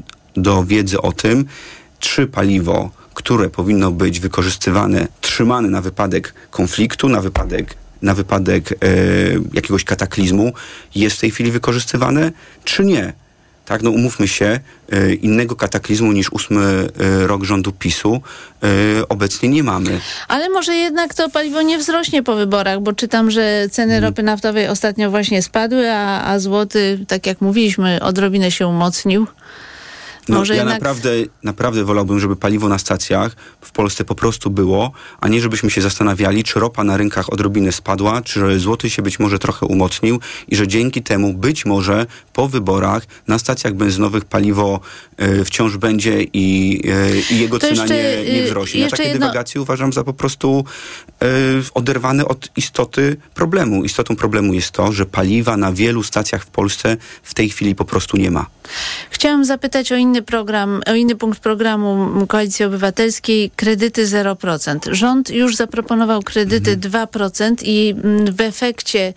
do wiedzy o tym, czy paliwo, które powinno być wykorzystywane, trzymane na wypadek konfliktu, na wypadek, na wypadek y, jakiegoś kataklizmu, jest w tej chwili wykorzystywane, czy nie. Tak, no umówmy się, y, innego kataklizmu niż ósmy y, rok rządu PiSu y, obecnie nie mamy. Ale może jednak to paliwo nie wzrośnie po wyborach, bo czytam, że ceny ropy naftowej ostatnio właśnie spadły, a, a złoty, tak jak mówiliśmy, odrobinę się umocnił. No, Może ja jednak... naprawdę, naprawdę wolałbym, żeby paliwo na stacjach w Polsce po prostu było, a nie żebyśmy się zastanawiali, czy ropa na rynkach odrobinę spadła, czy że złoty się być może trochę umocnił i że dzięki temu być może po wyborach na stacjach benzynowych paliwo y, wciąż będzie i, y, i jego to cena jeszcze, nie, nie wzrośnie. Ja takie jedno... dywagacje uważam za po prostu y, oderwane od istoty problemu. Istotą problemu jest to, że paliwa na wielu stacjach w Polsce w tej chwili po prostu nie ma. Chciałam zapytać o inny program, o inny punkt programu Koalicji Obywatelskiej, kredyty zero procent. Rząd już zaproponował kredyty mhm. dwa procent i w efekcie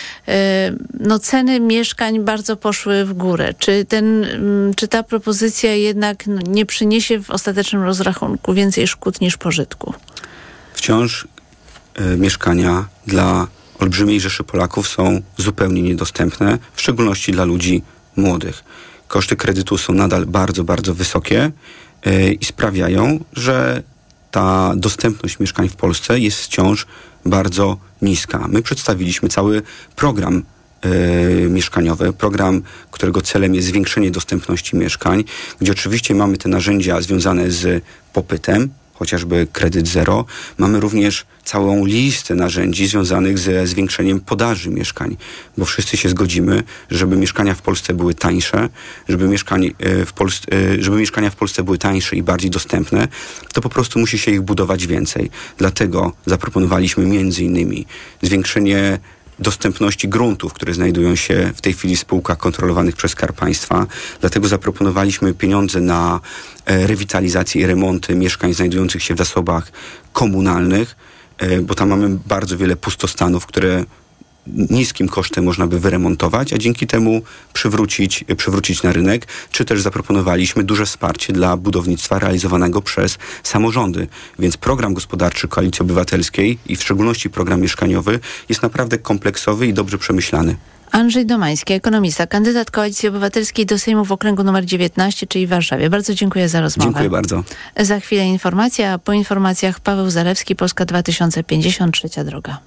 no, ceny mieszkań bardzo poszły w górę. Czy, ten, czy ta propozycja jednak no, nie przyniesie w ostatecznym rozrachunku więcej szkód niż pożytku? Wciąż y, mieszkania dla olbrzymiej rzeszy Polaków są zupełnie niedostępne, w szczególności dla ludzi młodych. Koszty kredytu są nadal bardzo, bardzo wysokie yy, i sprawiają, że ta dostępność mieszkań w Polsce jest wciąż bardzo niska. My przedstawiliśmy cały program yy, mieszkaniowy, program, którego celem jest zwiększenie dostępności mieszkań, gdzie oczywiście mamy te narzędzia związane z popytem, chociażby kredyt zero. Mamy również całą listę narzędzi związanych ze zwiększeniem podaży mieszkań, bo wszyscy się zgodzimy, żeby mieszkania w Polsce były tańsze, żeby, mieszkań w Polsce, żeby mieszkania w Polsce były tańsze i bardziej dostępne, to po prostu musi się ich budować więcej. Dlatego zaproponowaliśmy między innymi zwiększenie dostępności gruntów, które znajdują się w tej chwili w spółkach kontrolowanych przez Skarb Państwa. Dlatego zaproponowaliśmy pieniądze na e, rewitalizację i remonty mieszkań znajdujących się w zasobach komunalnych, e, bo tam mamy bardzo wiele pustostanów, które niskim kosztem można by wyremontować, a dzięki temu przywrócić, przywrócić na rynek, czy też zaproponowaliśmy duże wsparcie dla budownictwa realizowanego przez samorządy. Więc program gospodarczy Koalicji Obywatelskiej i w szczególności program mieszkaniowy jest naprawdę kompleksowy i dobrze przemyślany. Andrzej Domański, ekonomista, kandydat Koalicji Obywatelskiej do Sejmu w okręgu numer dziewiętnaście, czyli w Warszawie. Bardzo dziękuję za rozmowę. Dziękuję bardzo. Za chwilę informacja, a po informacjach Paweł Zalewski, Polska dwa tysiące pięćdziesiąt, trzecia droga.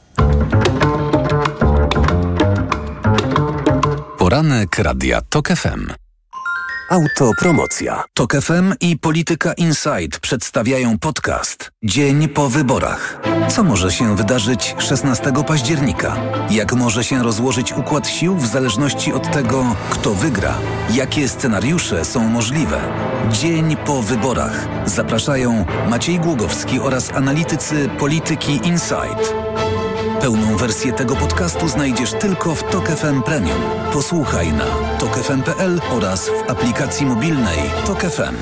Poranek Radia TOK F M. Autopromocja. TOK F M i Polityka Insight przedstawiają podcast Dzień po wyborach. Co może się wydarzyć szesnastego października? Jak może się rozłożyć układ sił w zależności od tego, kto wygra? Jakie scenariusze są możliwe? Dzień po wyborach. Zapraszają Maciej Głogowski oraz analitycy Polityki Insight. Pełną wersję tego podcastu znajdziesz tylko w TOK F M Premium. Posłuchaj na tok f m kropka p l oraz w aplikacji mobilnej TOK F M.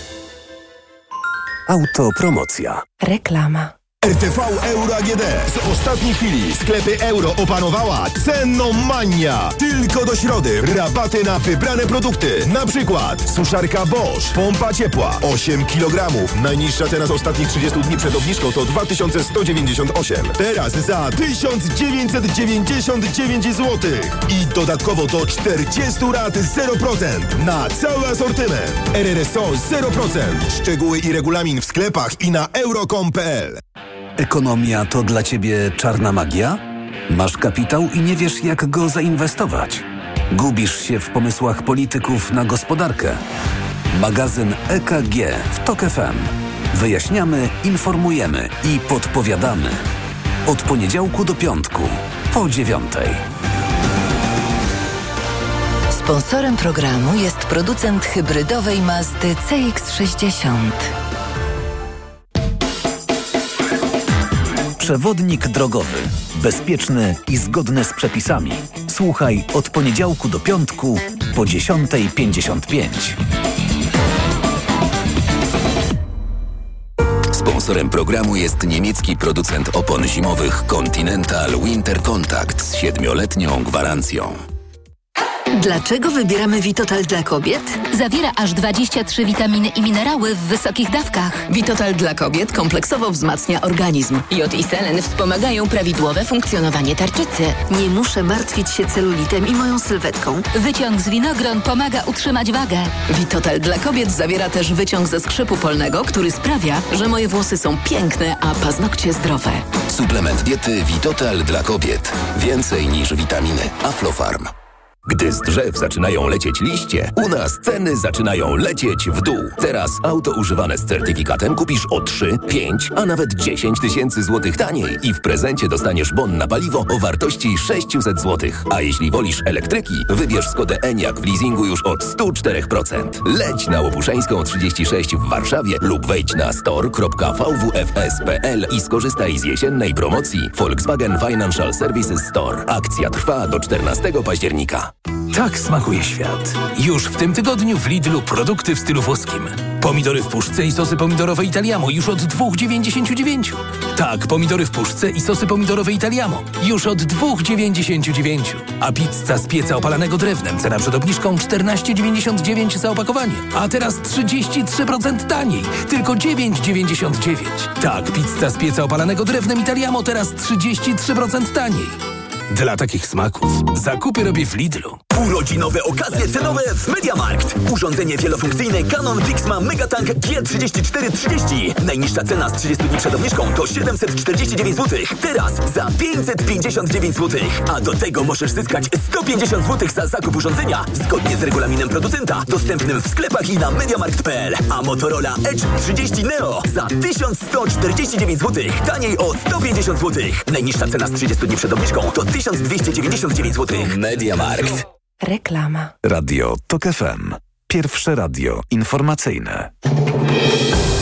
Autopromocja. Reklama. R T V Euro A G D. Z ostatniej chwili sklepy euro opanowała cenomania. Tylko do środy rabaty na wybrane produkty. Na przykład suszarka Bosch, pompa ciepła osiem kilogramów. Najniższa cena z ostatnich trzydziestu dni przed obniżką to dwa tysiące sto dziewięćdziesiąt osiem. Teraz za tysiąc dziewięćset dziewięćdziesiąt dziewięć złotych. I dodatkowo do czterdziestu rat zero procent na cały asortyment. R R S O zero procent. Szczegóły i regulamin w sklepach i na euro kropka com kropka p l. Ekonomia to dla Ciebie czarna magia? Masz kapitał i nie wiesz, jak go zainwestować? Gubisz się w pomysłach polityków na gospodarkę? Magazyn E K G w TOK F M. Wyjaśniamy, informujemy i podpowiadamy. Od poniedziałku do piątku, po dziewiątej. Sponsorem programu jest producent hybrydowej Mazdy C X sześćdziesiąt. Przewodnik drogowy. Bezpieczny i zgodny z przepisami. Słuchaj od poniedziałku do piątku po dziesiątej pięćdziesiąt pięć. Sponsorem programu jest niemiecki producent opon zimowych Continental Winter Contact z siedmioletnią gwarancją. Dlaczego wybieramy Vitotal dla kobiet? Zawiera aż dwadzieścia trzy witaminy i minerały w wysokich dawkach. Vitotal dla kobiet kompleksowo wzmacnia organizm. Jod i selen wspomagają prawidłowe funkcjonowanie tarczycy. Nie muszę martwić się celulitem i moją sylwetką. Wyciąg z winogron pomaga utrzymać wagę. Vitotal dla kobiet zawiera też wyciąg ze skrzypu polnego, który sprawia, że moje włosy są piękne, a paznokcie zdrowe. Suplement diety Vitotal dla kobiet. Więcej niż witaminy. Aflofarm. Gdy z drzew zaczynają lecieć liście, u nas ceny zaczynają lecieć w dół. Teraz auto używane z certyfikatem kupisz o trzy, pięć, a nawet dziesięć tysięcy złotych taniej i w prezencie dostaniesz bon na paliwo o wartości sześćset złotych. A jeśli wolisz elektryki, wybierz Skodę Enyaq w leasingu już od sto cztery procent. Leć na Łopuszeńską trzydzieści sześć w Warszawie lub wejdź na store kropka v w f s kropka p l i skorzystaj z jesiennej promocji Volkswagen Financial Services Store. Akcja trwa do czternastego października. Tak smakuje świat. Już w tym tygodniu w Lidlu produkty w stylu włoskim. Pomidory w puszce i sosy pomidorowe Italiamo już od dwa dziewięćdziesiąt dziewięć. Tak, pomidory w puszce i sosy pomidorowe Italiamo już od dwa dziewięćdziesiąt dziewięć. A pizza z pieca opalanego drewnem, cena przed obniżką czternaście dziewięćdziesiąt dziewięć za opakowanie. A teraz trzydzieści trzy procent taniej, tylko dziewięć dziewięćdziesiąt dziewięć. Tak, pizza z pieca opalanego drewnem Italiamo teraz trzydzieści trzy procent taniej. Dla takich smaków zakupy robię w Lidlu. Urodzinowe okazje cenowe w MediaMarkt. Urządzenie wielofunkcyjne Canon Vixma Megatank G trzydzieści cztery trzydzieści. Najniższa cena z trzydziestu dni przed obniżką to siedemset czterdzieści dziewięć złotych. Teraz za pięćset pięćdziesiąt dziewięć złotych. A do tego możesz zyskać sto pięćdziesiąt złotych za zakup urządzenia zgodnie z regulaminem producenta, dostępnym w sklepach i na mediamarkt kropka p l. A Motorola Edge trzydzieści Neo za tysiąc sto czterdzieści dziewięć złotych. Taniej o sto pięćdziesiąt złotych. Najniższa cena z trzydziestu dni przed obniżką to tysiąc dwieście dziewięćdziesiąt dziewięć złotych. MediaMarkt. Reklama. Radio TOK F M. Pierwsze radio informacyjne.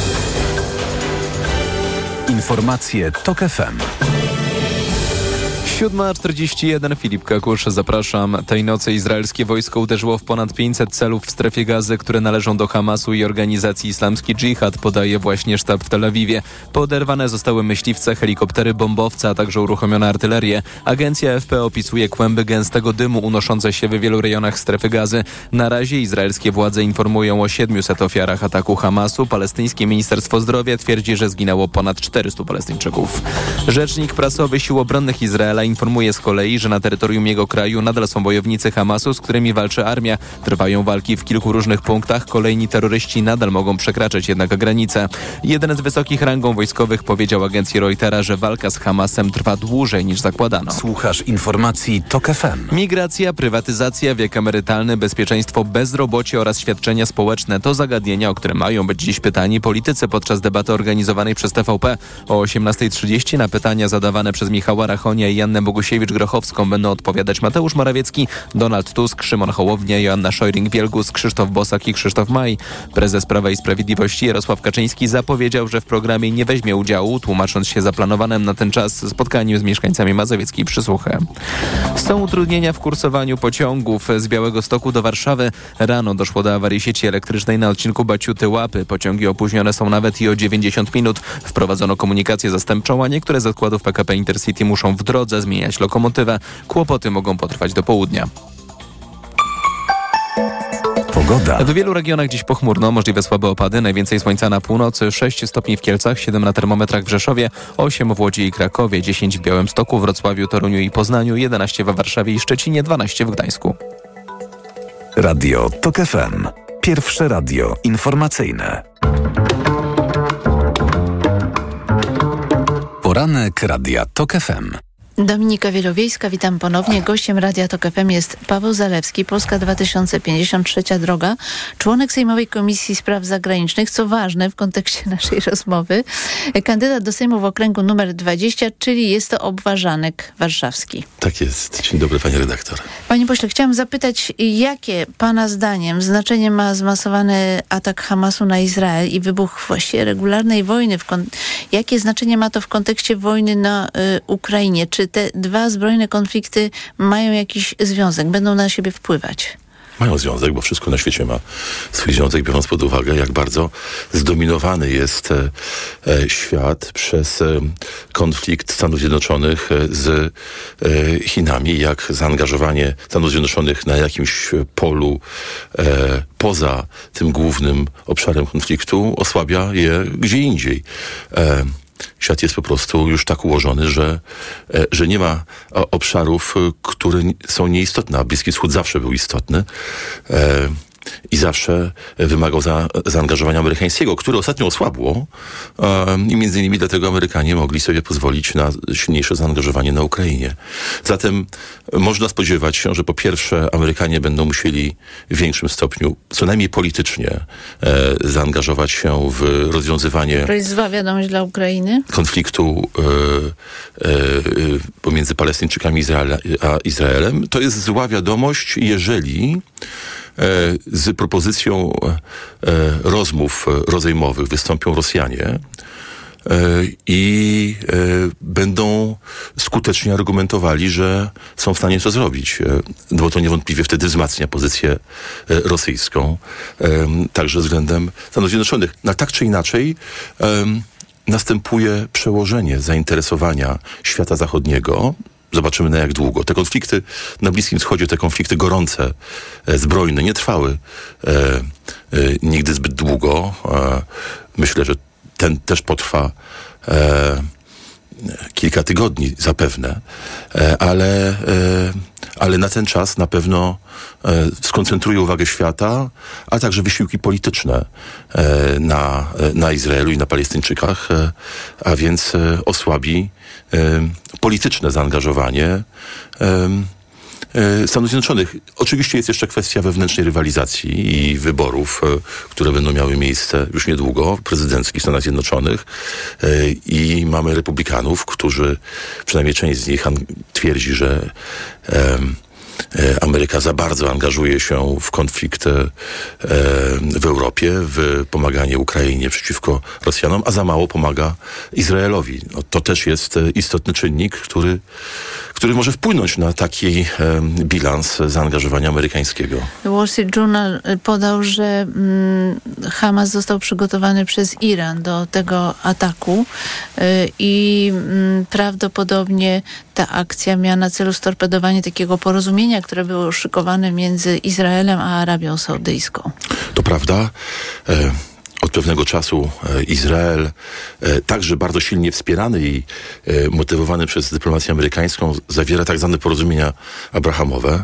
Informacje TOK F M. siódma czterdzieści jeden, Filip Kakusz, zapraszam. Tej nocy izraelskie wojsko uderzyło w ponad pięćset celów w strefie Gazy, które należą do Hamasu i organizacji Islamski Dżihad, podaje właśnie sztab w Tel Awiwie. Poderwane zostały myśliwce, helikoptery, bombowce, a także uruchomione artylerię. Agencja A F P opisuje kłęby gęstego dymu unoszące się w wielu rejonach strefy Gazy. Na razie izraelskie władze informują o siedmiuset ofiarach ataku Hamasu. Palestyńskie Ministerstwo Zdrowia twierdzi, że zginęło ponad czterystu Palestyńczyków. Rzecznik prasowy Sił Obronnych Izraela informuje z kolei, że na terytorium jego kraju nadal są bojownicy Hamasu, z którymi walczy armia. Trwają walki w kilku różnych punktach. Kolejni terroryści nadal mogą przekraczać jednak granice. Jeden z wysokich rangą wojskowych powiedział agencji Reutera, że walka z Hamasem trwa dłużej niż zakładano. Słuchasz informacji TOK F M. Migracja, prywatyzacja, wiek emerytalny, bezpieczeństwo, bezrobocie oraz świadczenia społeczne to zagadnienia, o które mają być dziś pytani politycy podczas debaty organizowanej przez T V P. O osiemnasta trzydzieści na pytania zadawane przez Michała Rachonia i Jannę Bogusiewicz-Grochowską będą odpowiadać Mateusz Morawiecki, Donald Tusk, Szymon Hołownia, Joanna Szojring-Wielgus, Krzysztof Bosak i Krzysztof Maj. Prezes Prawa i Sprawiedliwości Jarosław Kaczyński zapowiedział, że w programie nie weźmie udziału, tłumacząc się zaplanowanym na ten czas spotkaniem z mieszkańcami Mazowieckiej Przysłuchy. Są utrudnienia w kursowaniu pociągów z Białegostoku do Warszawy. Rano doszło do awarii sieci elektrycznej na odcinku Baciuty-Łapy. Pociągi opóźnione są nawet i o dziewięćdziesiąt minut. Wprowadzono komunikację zastępczą, a niektóre z zakładów P K P Intercity muszą w drodze zmieniać lokomotywę. Kłopoty mogą potrwać do południa. Pogoda. W wielu regionach dziś pochmurno, możliwe słabe opady, najwięcej słońca na północy, sześć stopni w Kielcach, siedem na termometrach w Rzeszowie, osiem w Łodzi i Krakowie, dziesięć w Białymstoku, Wrocławiu, Toruniu i Poznaniu, jedenaście we Warszawie i Szczecinie, dwanaście w Gdańsku. Radio TOK F M. Pierwsze radio informacyjne. Poranek Radia TOK F M. Dominika Wielowiejska, witam ponownie. Gościem Radia TOK F M jest Paweł Zalewski, Polska dwa tysiące pięćdziesiąt, Trzecia Droga, członek Sejmowej Komisji Spraw Zagranicznych, co ważne w kontekście naszej rozmowy, kandydat do Sejmu w okręgu numer dwadzieścia, czyli jest to obważanek warszawski. Tak jest. Dzień dobry, pani redaktor. Panie pośle, chciałam zapytać, jakie pana zdaniem znaczenie ma zmasowany atak Hamasu na Izrael i wybuch właściwie regularnej wojny? W kon- jakie znaczenie ma to w kontekście wojny na y, Ukrainie? Czy te dwa zbrojne konflikty mają jakiś związek? Będą na siebie wpływać? Mają związek, bo wszystko na świecie ma swój związek, biorąc pod uwagę, jak bardzo zdominowany jest e, e, świat przez e, konflikt Stanów Zjednoczonych e, z e, Chinami, jak zaangażowanie Stanów Zjednoczonych na jakimś polu e, poza tym głównym obszarem konfliktu osłabia je gdzie indziej. E, Świat jest po prostu już tak ułożony, że, że nie ma obszarów, które są nieistotne, a Bliski Wschód zawsze był istotny i zawsze wymagał za, zaangażowania amerykańskiego, które ostatnio osłabło i między innymi dlatego Amerykanie mogli sobie pozwolić na silniejsze zaangażowanie na Ukrainie. Zatem można spodziewać się, że po pierwsze Amerykanie będą musieli w większym stopniu, co najmniej politycznie, e, zaangażować się w rozwiązywanie... To jest zła wiadomość dla Ukrainy? ...konfliktu e, e, pomiędzy Palestyńczykami Izraela, a Izraelem. To jest zła wiadomość, jeżeli z propozycją rozmów rozejmowych wystąpią Rosjanie i będą skutecznie argumentowali, że są w stanie to zrobić. Bo to niewątpliwie wtedy wzmacnia pozycję rosyjską, także względem Stanów Zjednoczonych. No, tak czy inaczej następuje przełożenie zainteresowania świata zachodniego. Zobaczymy na jak długo. Te konflikty na Bliskim Wschodzie, te konflikty gorące, e, zbrojne, nie trwały e, e, nigdy zbyt długo. E, myślę, że ten też potrwa e, kilka tygodni zapewne, e, ale, e, ale na ten czas na pewno e, skoncentruje uwagę świata, a także wysiłki polityczne e, na, na Izraelu i na Palestyńczykach, e, a więc e, osłabi e, polityczne zaangażowanie e, Stanów Zjednoczonych. Oczywiście jest jeszcze kwestia wewnętrznej rywalizacji i wyborów, które będą miały miejsce już niedługo, prezydenckich w Stanach Zjednoczonych, i mamy republikanów, którzy, przynajmniej część z nich twierdzi, że Ameryka za bardzo angażuje się w konflikt w Europie, w pomaganie Ukrainie przeciwko Rosjanom, a za mało pomaga Izraelowi. No, to też jest istotny czynnik, który, który może wpłynąć na taki bilans zaangażowania amerykańskiego. Wall Street Journal podał, że mm, Hamas został przygotowany przez Iran do tego ataku yy, i mm, prawdopodobnie ta akcja miała na celu storpedowanie takiego porozumienia, które było szykowane między Izraelem a Arabią Saudyjską. To prawda. E- Od pewnego czasu Izrael, także bardzo silnie wspierany i motywowany przez dyplomację amerykańską, zawiera tak zwane porozumienia abrahamowe.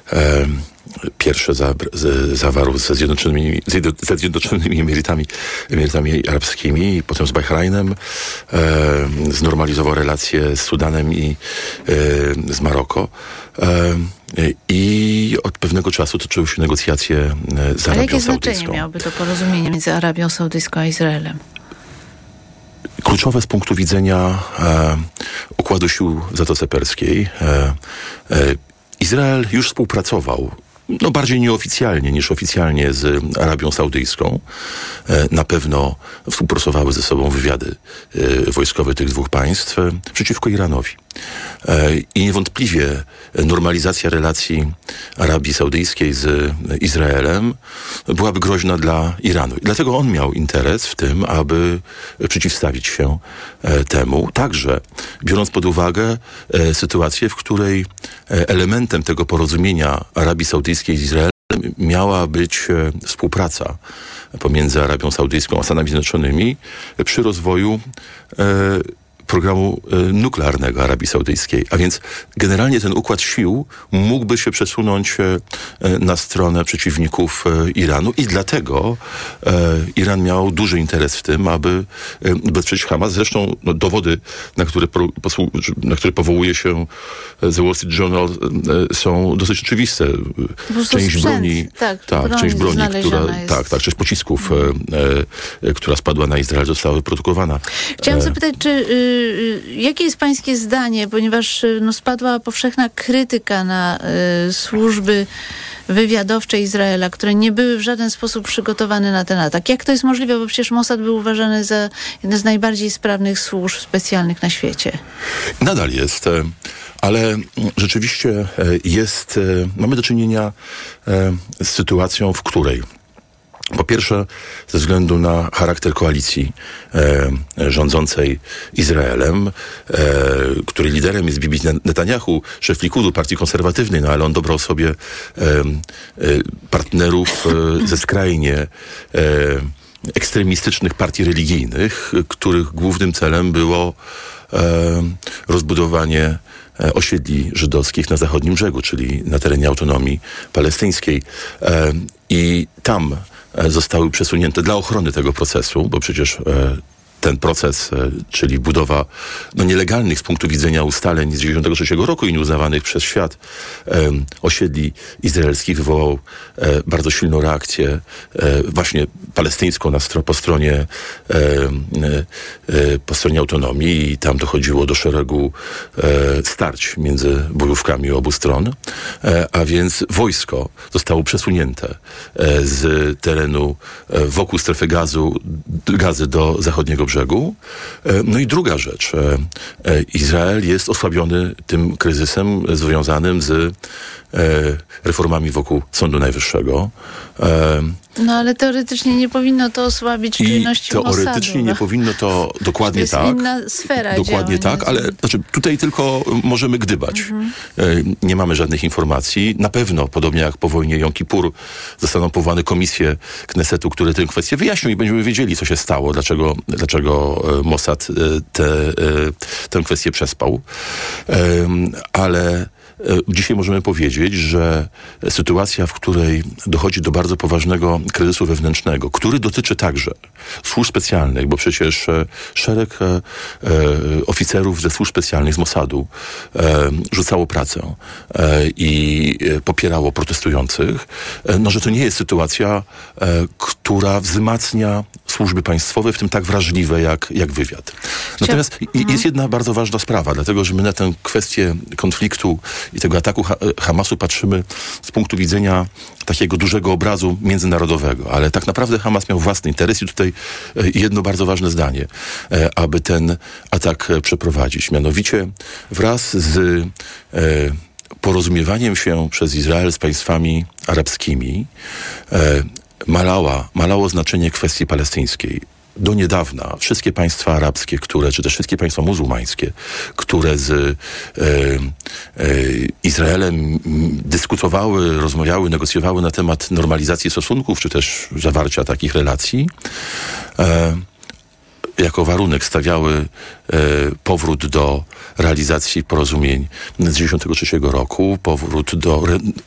Pierwsze za, z, zawarł ze Zjednoczonymi, ze Zjednoczonymi Emiratami, Emiratami Arabskimi, potem z Bahrajnem, e, znormalizował relacje z Sudanem i e, z Maroko. E, I od pewnego czasu toczyły się negocjacje z Arabią Ale jakie Saudyjską. znaczenie miałoby to porozumienie między Arabią Saudyjską a Izraelem? Kluczowe z punktu widzenia e, układu sił w Zatoce Perskiej. E, e, Izrael już współpracował, no bardziej nieoficjalnie niż oficjalnie, z Arabią Saudyjską. E, na pewno współpracowały ze sobą wywiady e, wojskowe tych dwóch państw e, przeciwko Iranowi. E, I niewątpliwie normalizacja relacji Arabii Saudyjskiej z Izraelem byłaby groźna dla Iranu. I dlatego on miał interes w tym, aby przeciwstawić się e, temu. Także biorąc pod uwagę e, sytuację, w której e, elementem tego porozumienia Arabii Saudyjskiej z Izraelem miała być e, współpraca pomiędzy Arabią Saudyjską a Stanami Zjednoczonymi przy rozwoju e, programu nuklearnego Arabii Saudyjskiej. A więc generalnie ten układ sił mógłby się przesunąć na stronę przeciwników Iranu i dlatego Iran miał duży interes w tym, aby wesprzeć Hamas. Zresztą no, dowody, na które, na które powołuje się The Wall Street Journal, są dosyć oczywiste. Część sprzęt. broni, tak, tak, broń część broni, która, jest... tak, tak, część pocisków, e, e, która spadła na Izrael, została wyprodukowana. Chciałam zapytać, czy y, jakie jest pańskie zdanie, ponieważ no, spadła powszechna krytyka na y, służby wywiadowcze Izraela, które nie były w żaden sposób przygotowane na ten atak. Jak to jest możliwe? Bo przecież Mossad był uważany za jeden z najbardziej sprawnych służb specjalnych na świecie. Nadal jest, ale rzeczywiście jest, mamy do czynienia z sytuacją, w której po pierwsze, ze względu na charakter koalicji e, rządzącej Izraelem, e, której liderem jest Bibi Netanyahu, szef Likudu, partii konserwatywnej, no ale on dobrał sobie e, e, partnerów e, ze skrajnie e, ekstremistycznych partii religijnych, których głównym celem było e, rozbudowanie osiedli żydowskich na zachodnim brzegu, czyli na terenie autonomii palestyńskiej. E, I tam zostały przesunięte dla ochrony tego procesu, bo przecież e, ten proces, e, czyli budowa no, nielegalnych z punktu widzenia ustaleń z dziewięćdziesiątego trzeciego roku i nieuznawanych przez świat e, osiedli izraelskich wywołał e, bardzo silną reakcję e, właśnie palestyńską na stro, po stronie e, e, po stronie autonomii i tam dochodziło do szeregu e, starć między bojówkami obu stron, e, a więc wojsko zostało przesunięte e, z terenu e, wokół strefy gazu, gazy do zachodniego brzegu. E, no i druga rzecz. E, e, Izrael jest osłabiony tym kryzysem związanym z e, reformami wokół Sądu Najwyższego. E, No ale teoretycznie nie powinno to osłabić czujności Mossadu. Teoretycznie nie powinno to dokładnie to jest tak. inna sfera Dokładnie działań. tak, ale znaczy, tutaj tylko możemy gdybać. Mhm. E, Nie mamy żadnych informacji. Na pewno, podobnie jak po wojnie Jom Kippur, zostaną powołane komisje Knesetu, które tę kwestię wyjaśnią i będziemy wiedzieli, co się stało, dlaczego, dlaczego Mossad te, tę kwestię przespał. E, Ale dzisiaj możemy powiedzieć, że sytuacja, w której dochodzi do bardzo poważnego kryzysu wewnętrznego, który dotyczy także służb specjalnych, bo przecież szereg e, oficerów ze służb specjalnych z Mossadu e, rzucało pracę e, i popierało protestujących, e, no, że to nie jest sytuacja, e, która wzmacnia służby państwowe, w tym tak wrażliwe jak, jak wywiad. Natomiast mhm. jest jedna bardzo ważna sprawa, dlatego że my na tę kwestię konfliktu i tego ataku ha- Hamasu patrzymy z punktu widzenia takiego dużego obrazu międzynarodowego, ale tak naprawdę Hamas miał własny interes i tutaj jedno bardzo ważne zdanie, aby ten atak przeprowadzić. Mianowicie wraz z e, porozumiewaniem się przez Izrael z państwami arabskimi e, malała, malało znaczenie kwestii palestyńskiej. Do niedawna wszystkie państwa arabskie, które, czy też wszystkie państwa muzułmańskie, które z e, e, Izraelem dyskutowały, rozmawiały, negocjowały na temat normalizacji stosunków, czy też zawarcia takich relacji, e, jako warunek stawiały e, powrót do realizacji porozumień z tysiąc dziewięćset dziewięćdziesiątego trzeciego roku, powrót do,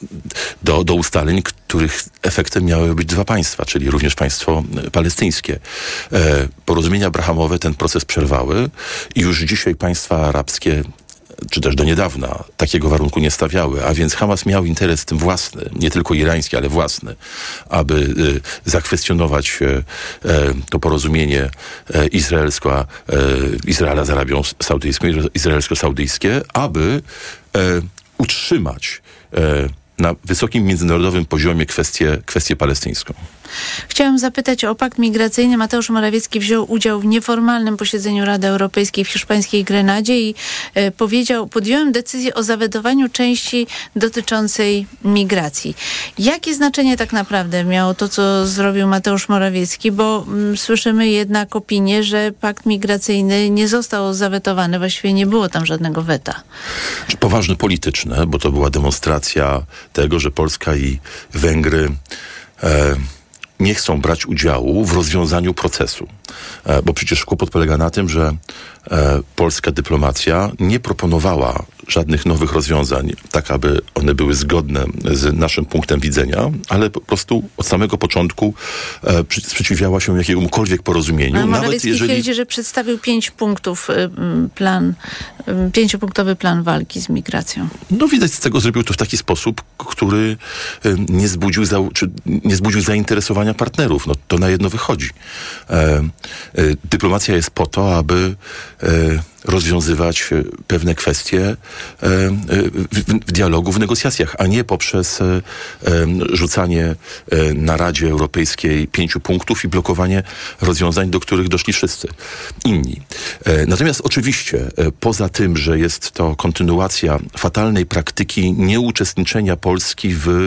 do, do ustaleń, których efektem miały być dwa państwa, czyli również państwo palestyńskie. E, porozumienia abrahamowe ten proces przerwały i już dzisiaj państwa arabskie, czy też do niedawna, takiego warunku nie stawiały, a więc Hamas miał interes w tym własny, nie tylko irański, ale własny, aby y, zakwestionować y, y, to porozumienie y, izraelsko, y, Izraela z Arabią Saudyjską, izraelsko-saudyjskie, aby y, utrzymać y, na wysokim międzynarodowym poziomie kwestię, kwestię palestyńską. Chciałam zapytać o pakt migracyjny. Mateusz Morawiecki wziął udział w nieformalnym posiedzeniu Rady Europejskiej w hiszpańskiej Grenadzie i e, powiedział, podjąłem decyzję o zawetowaniu części dotyczącej migracji. Jakie znaczenie tak naprawdę miało to, co zrobił Mateusz Morawiecki? Bo m, słyszymy jednak opinię, że pakt migracyjny nie został zawetowany. Właściwie nie było tam żadnego weta. Poważne polityczne, bo to była demonstracja tego, że Polska i Węgry e, nie chcą brać udziału w rozwiązaniu procesu. E, bo przecież kłopot polega na tym, że e, polska dyplomacja nie proponowała żadnych nowych rozwiązań, tak aby one były zgodne z naszym punktem widzenia, ale po prostu od samego początku e, przy, sprzeciwiała się jakiemukolwiek porozumieniu. Ale Nawet Morawiecki jeżeli... twierdzi, że przedstawił pięć punktów, y, plan, y, pięciopunktowy plan walki z migracją. No widać z tego, zrobił to w taki sposób, który y, nie zbudził, za, czy nie zbudził zainteresowania partnerów. No to na jedno wychodzi. E, y, dyplomacja jest po to, aby y, rozwiązywać pewne kwestie w, w dialogu, w negocjacjach, a nie poprzez rzucanie na Radzie Europejskiej pięciu punktów i blokowanie rozwiązań, do których doszli wszyscy inni. Natomiast oczywiście, poza tym, że jest to kontynuacja fatalnej praktyki nieuczestniczenia Polski w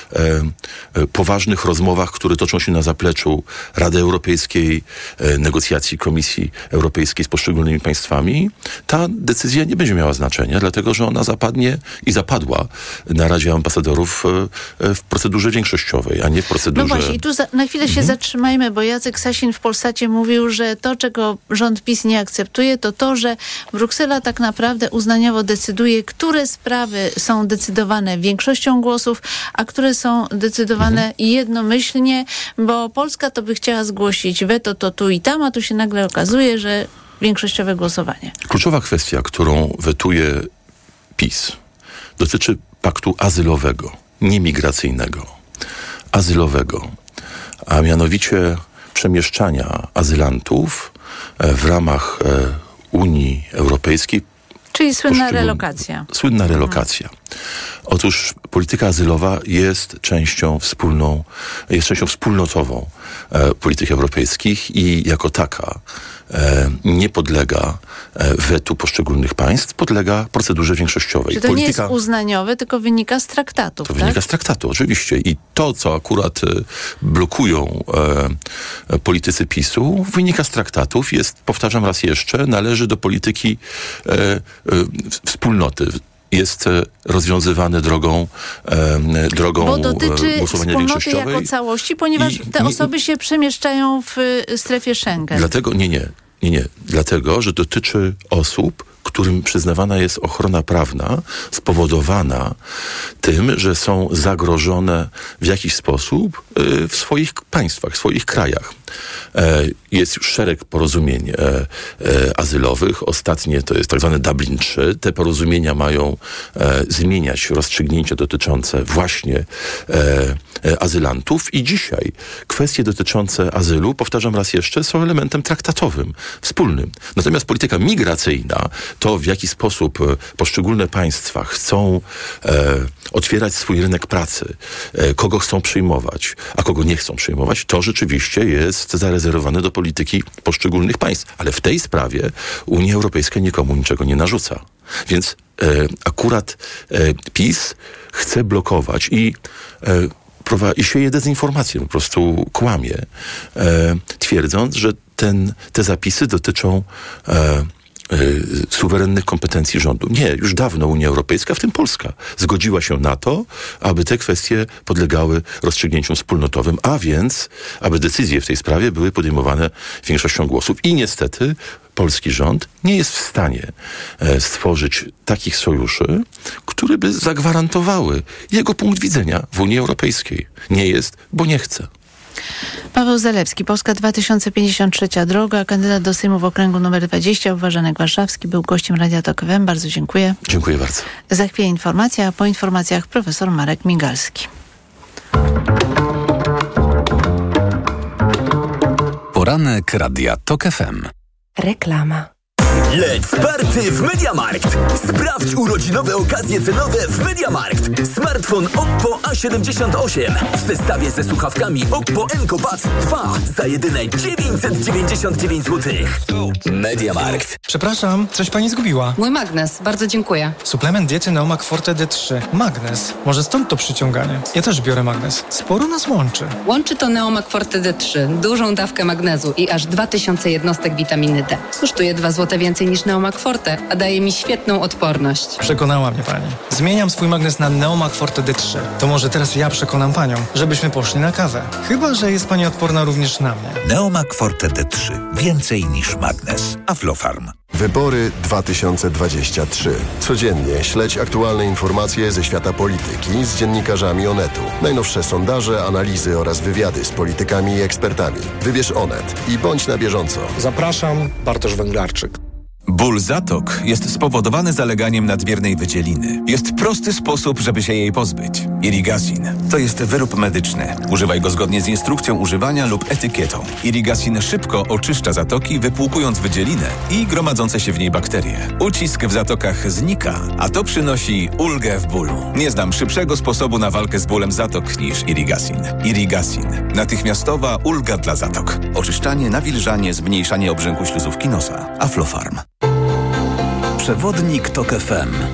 poważnych rozmowach, które toczą się na zapleczu Rady Europejskiej, negocjacji Komisji Europejskiej z poszczególnymi państwami, ta decyzja nie będzie miała znaczenia, dlatego że ona zapadnie i zapadła na Radzie Ambasadorów w procedurze większościowej, a nie w procedurze... No właśnie, i tu za, na chwilę się mhm. zatrzymajmy, bo Jacek Sasin w Polsacie mówił, że to, czego rząd PiS nie akceptuje, to to, że Bruksela tak naprawdę uznaniowo decyduje, które sprawy są decydowane większością głosów, a które są decydowane mhm. jednomyślnie, bo Polska to by chciała zgłosić weto to tu i tam, a tu się nagle okazuje, że większościowe głosowanie. Kluczowa kwestia, którą wetuje PiS, dotyczy paktu azylowego, nie migracyjnego, azylowego, a mianowicie przemieszczania azylantów w ramach Unii Europejskiej. Czyli słynna relokacja. Słynna relokacja. Otóż polityka azylowa jest częścią wspólną, jest częścią wspólnotową e, polityk europejskich i jako taka e, nie podlega e, wetu poszczególnych państw, podlega procedurze większościowej. Czy to polityka, nie jest uznaniowe, tylko wynika z traktatów, To tak? wynika z traktatu, oczywiście. I to, co akurat e, blokują e, politycy PiSu, wynika z traktatów, jest, powtarzam raz jeszcze, należy do polityki e, e, wspólnoty. Jest rozwiązywany drogą, e, drogą Bo dotyczy głosowania wspólnoty większościowej. jako całości, ponieważ I te nie, osoby się przemieszczają w strefie Schengen. Dlatego, nie, nie, nie, nie. Dlatego, że dotyczy osób, którym przyznawana jest ochrona prawna spowodowana tym, że są zagrożone w jakiś sposób y, w swoich państwach, w swoich krajach. e, jest już szereg porozumień e, e, azylowych. Ostatnie to jest tak zwane Dublin trzy. Te porozumienia mają e, zmieniać rozstrzygnięcia dotyczące właśnie e, e, azylantów i dzisiaj kwestie dotyczące azylu, powtarzam raz jeszcze, są elementem traktatowym, wspólnym. Natomiast polityka migracyjna, to w jaki sposób poszczególne państwa chcą e, otwierać swój rynek pracy, e, kogo chcą przyjmować, a kogo nie chcą przyjmować, to rzeczywiście jest zarezerwowane do polityki poszczególnych państw. Ale w tej sprawie Unia Europejska nikomu niczego nie narzuca. Więc e, akurat e, PiS chce blokować i e, i sieje dezinformację, po prostu kłamie, e, twierdząc, że ten, te zapisy dotyczą e, y, suwerennych kompetencji rządu. Nie, już dawno Unia Europejska, w tym Polska, zgodziła się na to, aby te kwestie podlegały rozstrzygnięciom wspólnotowym, a więc, aby decyzje w tej sprawie były podejmowane większością głosów. I niestety polski rząd nie jest w stanie e, stworzyć takich sojuszy, które by zagwarantowały jego punkt widzenia w Unii Europejskiej. Nie jest, bo nie chce. Paweł Zalewski, Polska dwa tysiące pięćdziesiąt trzy droga, kandydat do Sejmu w okręgu numer dwadzieścia, Uważanek Warszawski, był gościem Radia Tok F M. Bardzo dziękuję. Dziękuję bardzo. Za chwilę informacja, a po informacjach profesor Marek Migalski. Poranek Radia Tok F M. Reklama. Leć party w MediaMarkt! Sprawdź urodzinowe okazje cenowe w MediaMarkt. Smartfon Oppo A siedemdziesiąt osiem w zestawie ze słuchawkami Oppo Enco Buds dwa za jedyne dziewięćset dziewięćdziesiąt dziewięć złotych. MediaMarkt. Przepraszam, coś pani zgubiła. Mój magnes, bardzo dziękuję. Suplement diety Neomak Forte D trzy. Magnes. Może stąd to przyciąganie. Ja też biorę magnes. Sporo nas łączy. Łączy to Neomak Forte D trzy. Dużą dawkę magnezu i aż dwa tysiące jednostek witaminy D. Kosztuje dwa złote więcej niż Neomak Forte, a daje mi świetną odporność. Przekonała mnie pani. Zmieniam swój magnes na Neomak Forte D trzy. To może teraz ja przekonam panią, żebyśmy poszli na kawę. Chyba że jest pani odporna również na mnie. Neomak Forte D trzy. Więcej niż magnes. Aflofarm. Wybory dwa tysiące dwadzieścia trzy. Codziennie śledź aktualne informacje ze świata polityki z dziennikarzami Onetu. Najnowsze sondaże, analizy oraz wywiady z politykami i ekspertami. Wybierz Onet i bądź na bieżąco. Zapraszam, Bartosz Węglarczyk. Ból zatok jest spowodowany zaleganiem nadmiernej wydzieliny. Jest prosty sposób, żeby się jej pozbyć. Irigasin. To jest wyrób medyczny. Używaj go zgodnie z instrukcją używania lub etykietą. Irigasin szybko oczyszcza zatoki, wypłukując wydzielinę i gromadzące się w niej bakterie. Ucisk w zatokach znika, a to przynosi ulgę w bólu. Nie znam szybszego sposobu na walkę z bólem zatok niż Irigasin. Irigasin. Natychmiastowa ulga dla zatok. Oczyszczanie, nawilżanie, zmniejszanie obrzęku śluzówki nosa. Aflofarm. Przewodnik Tok F M.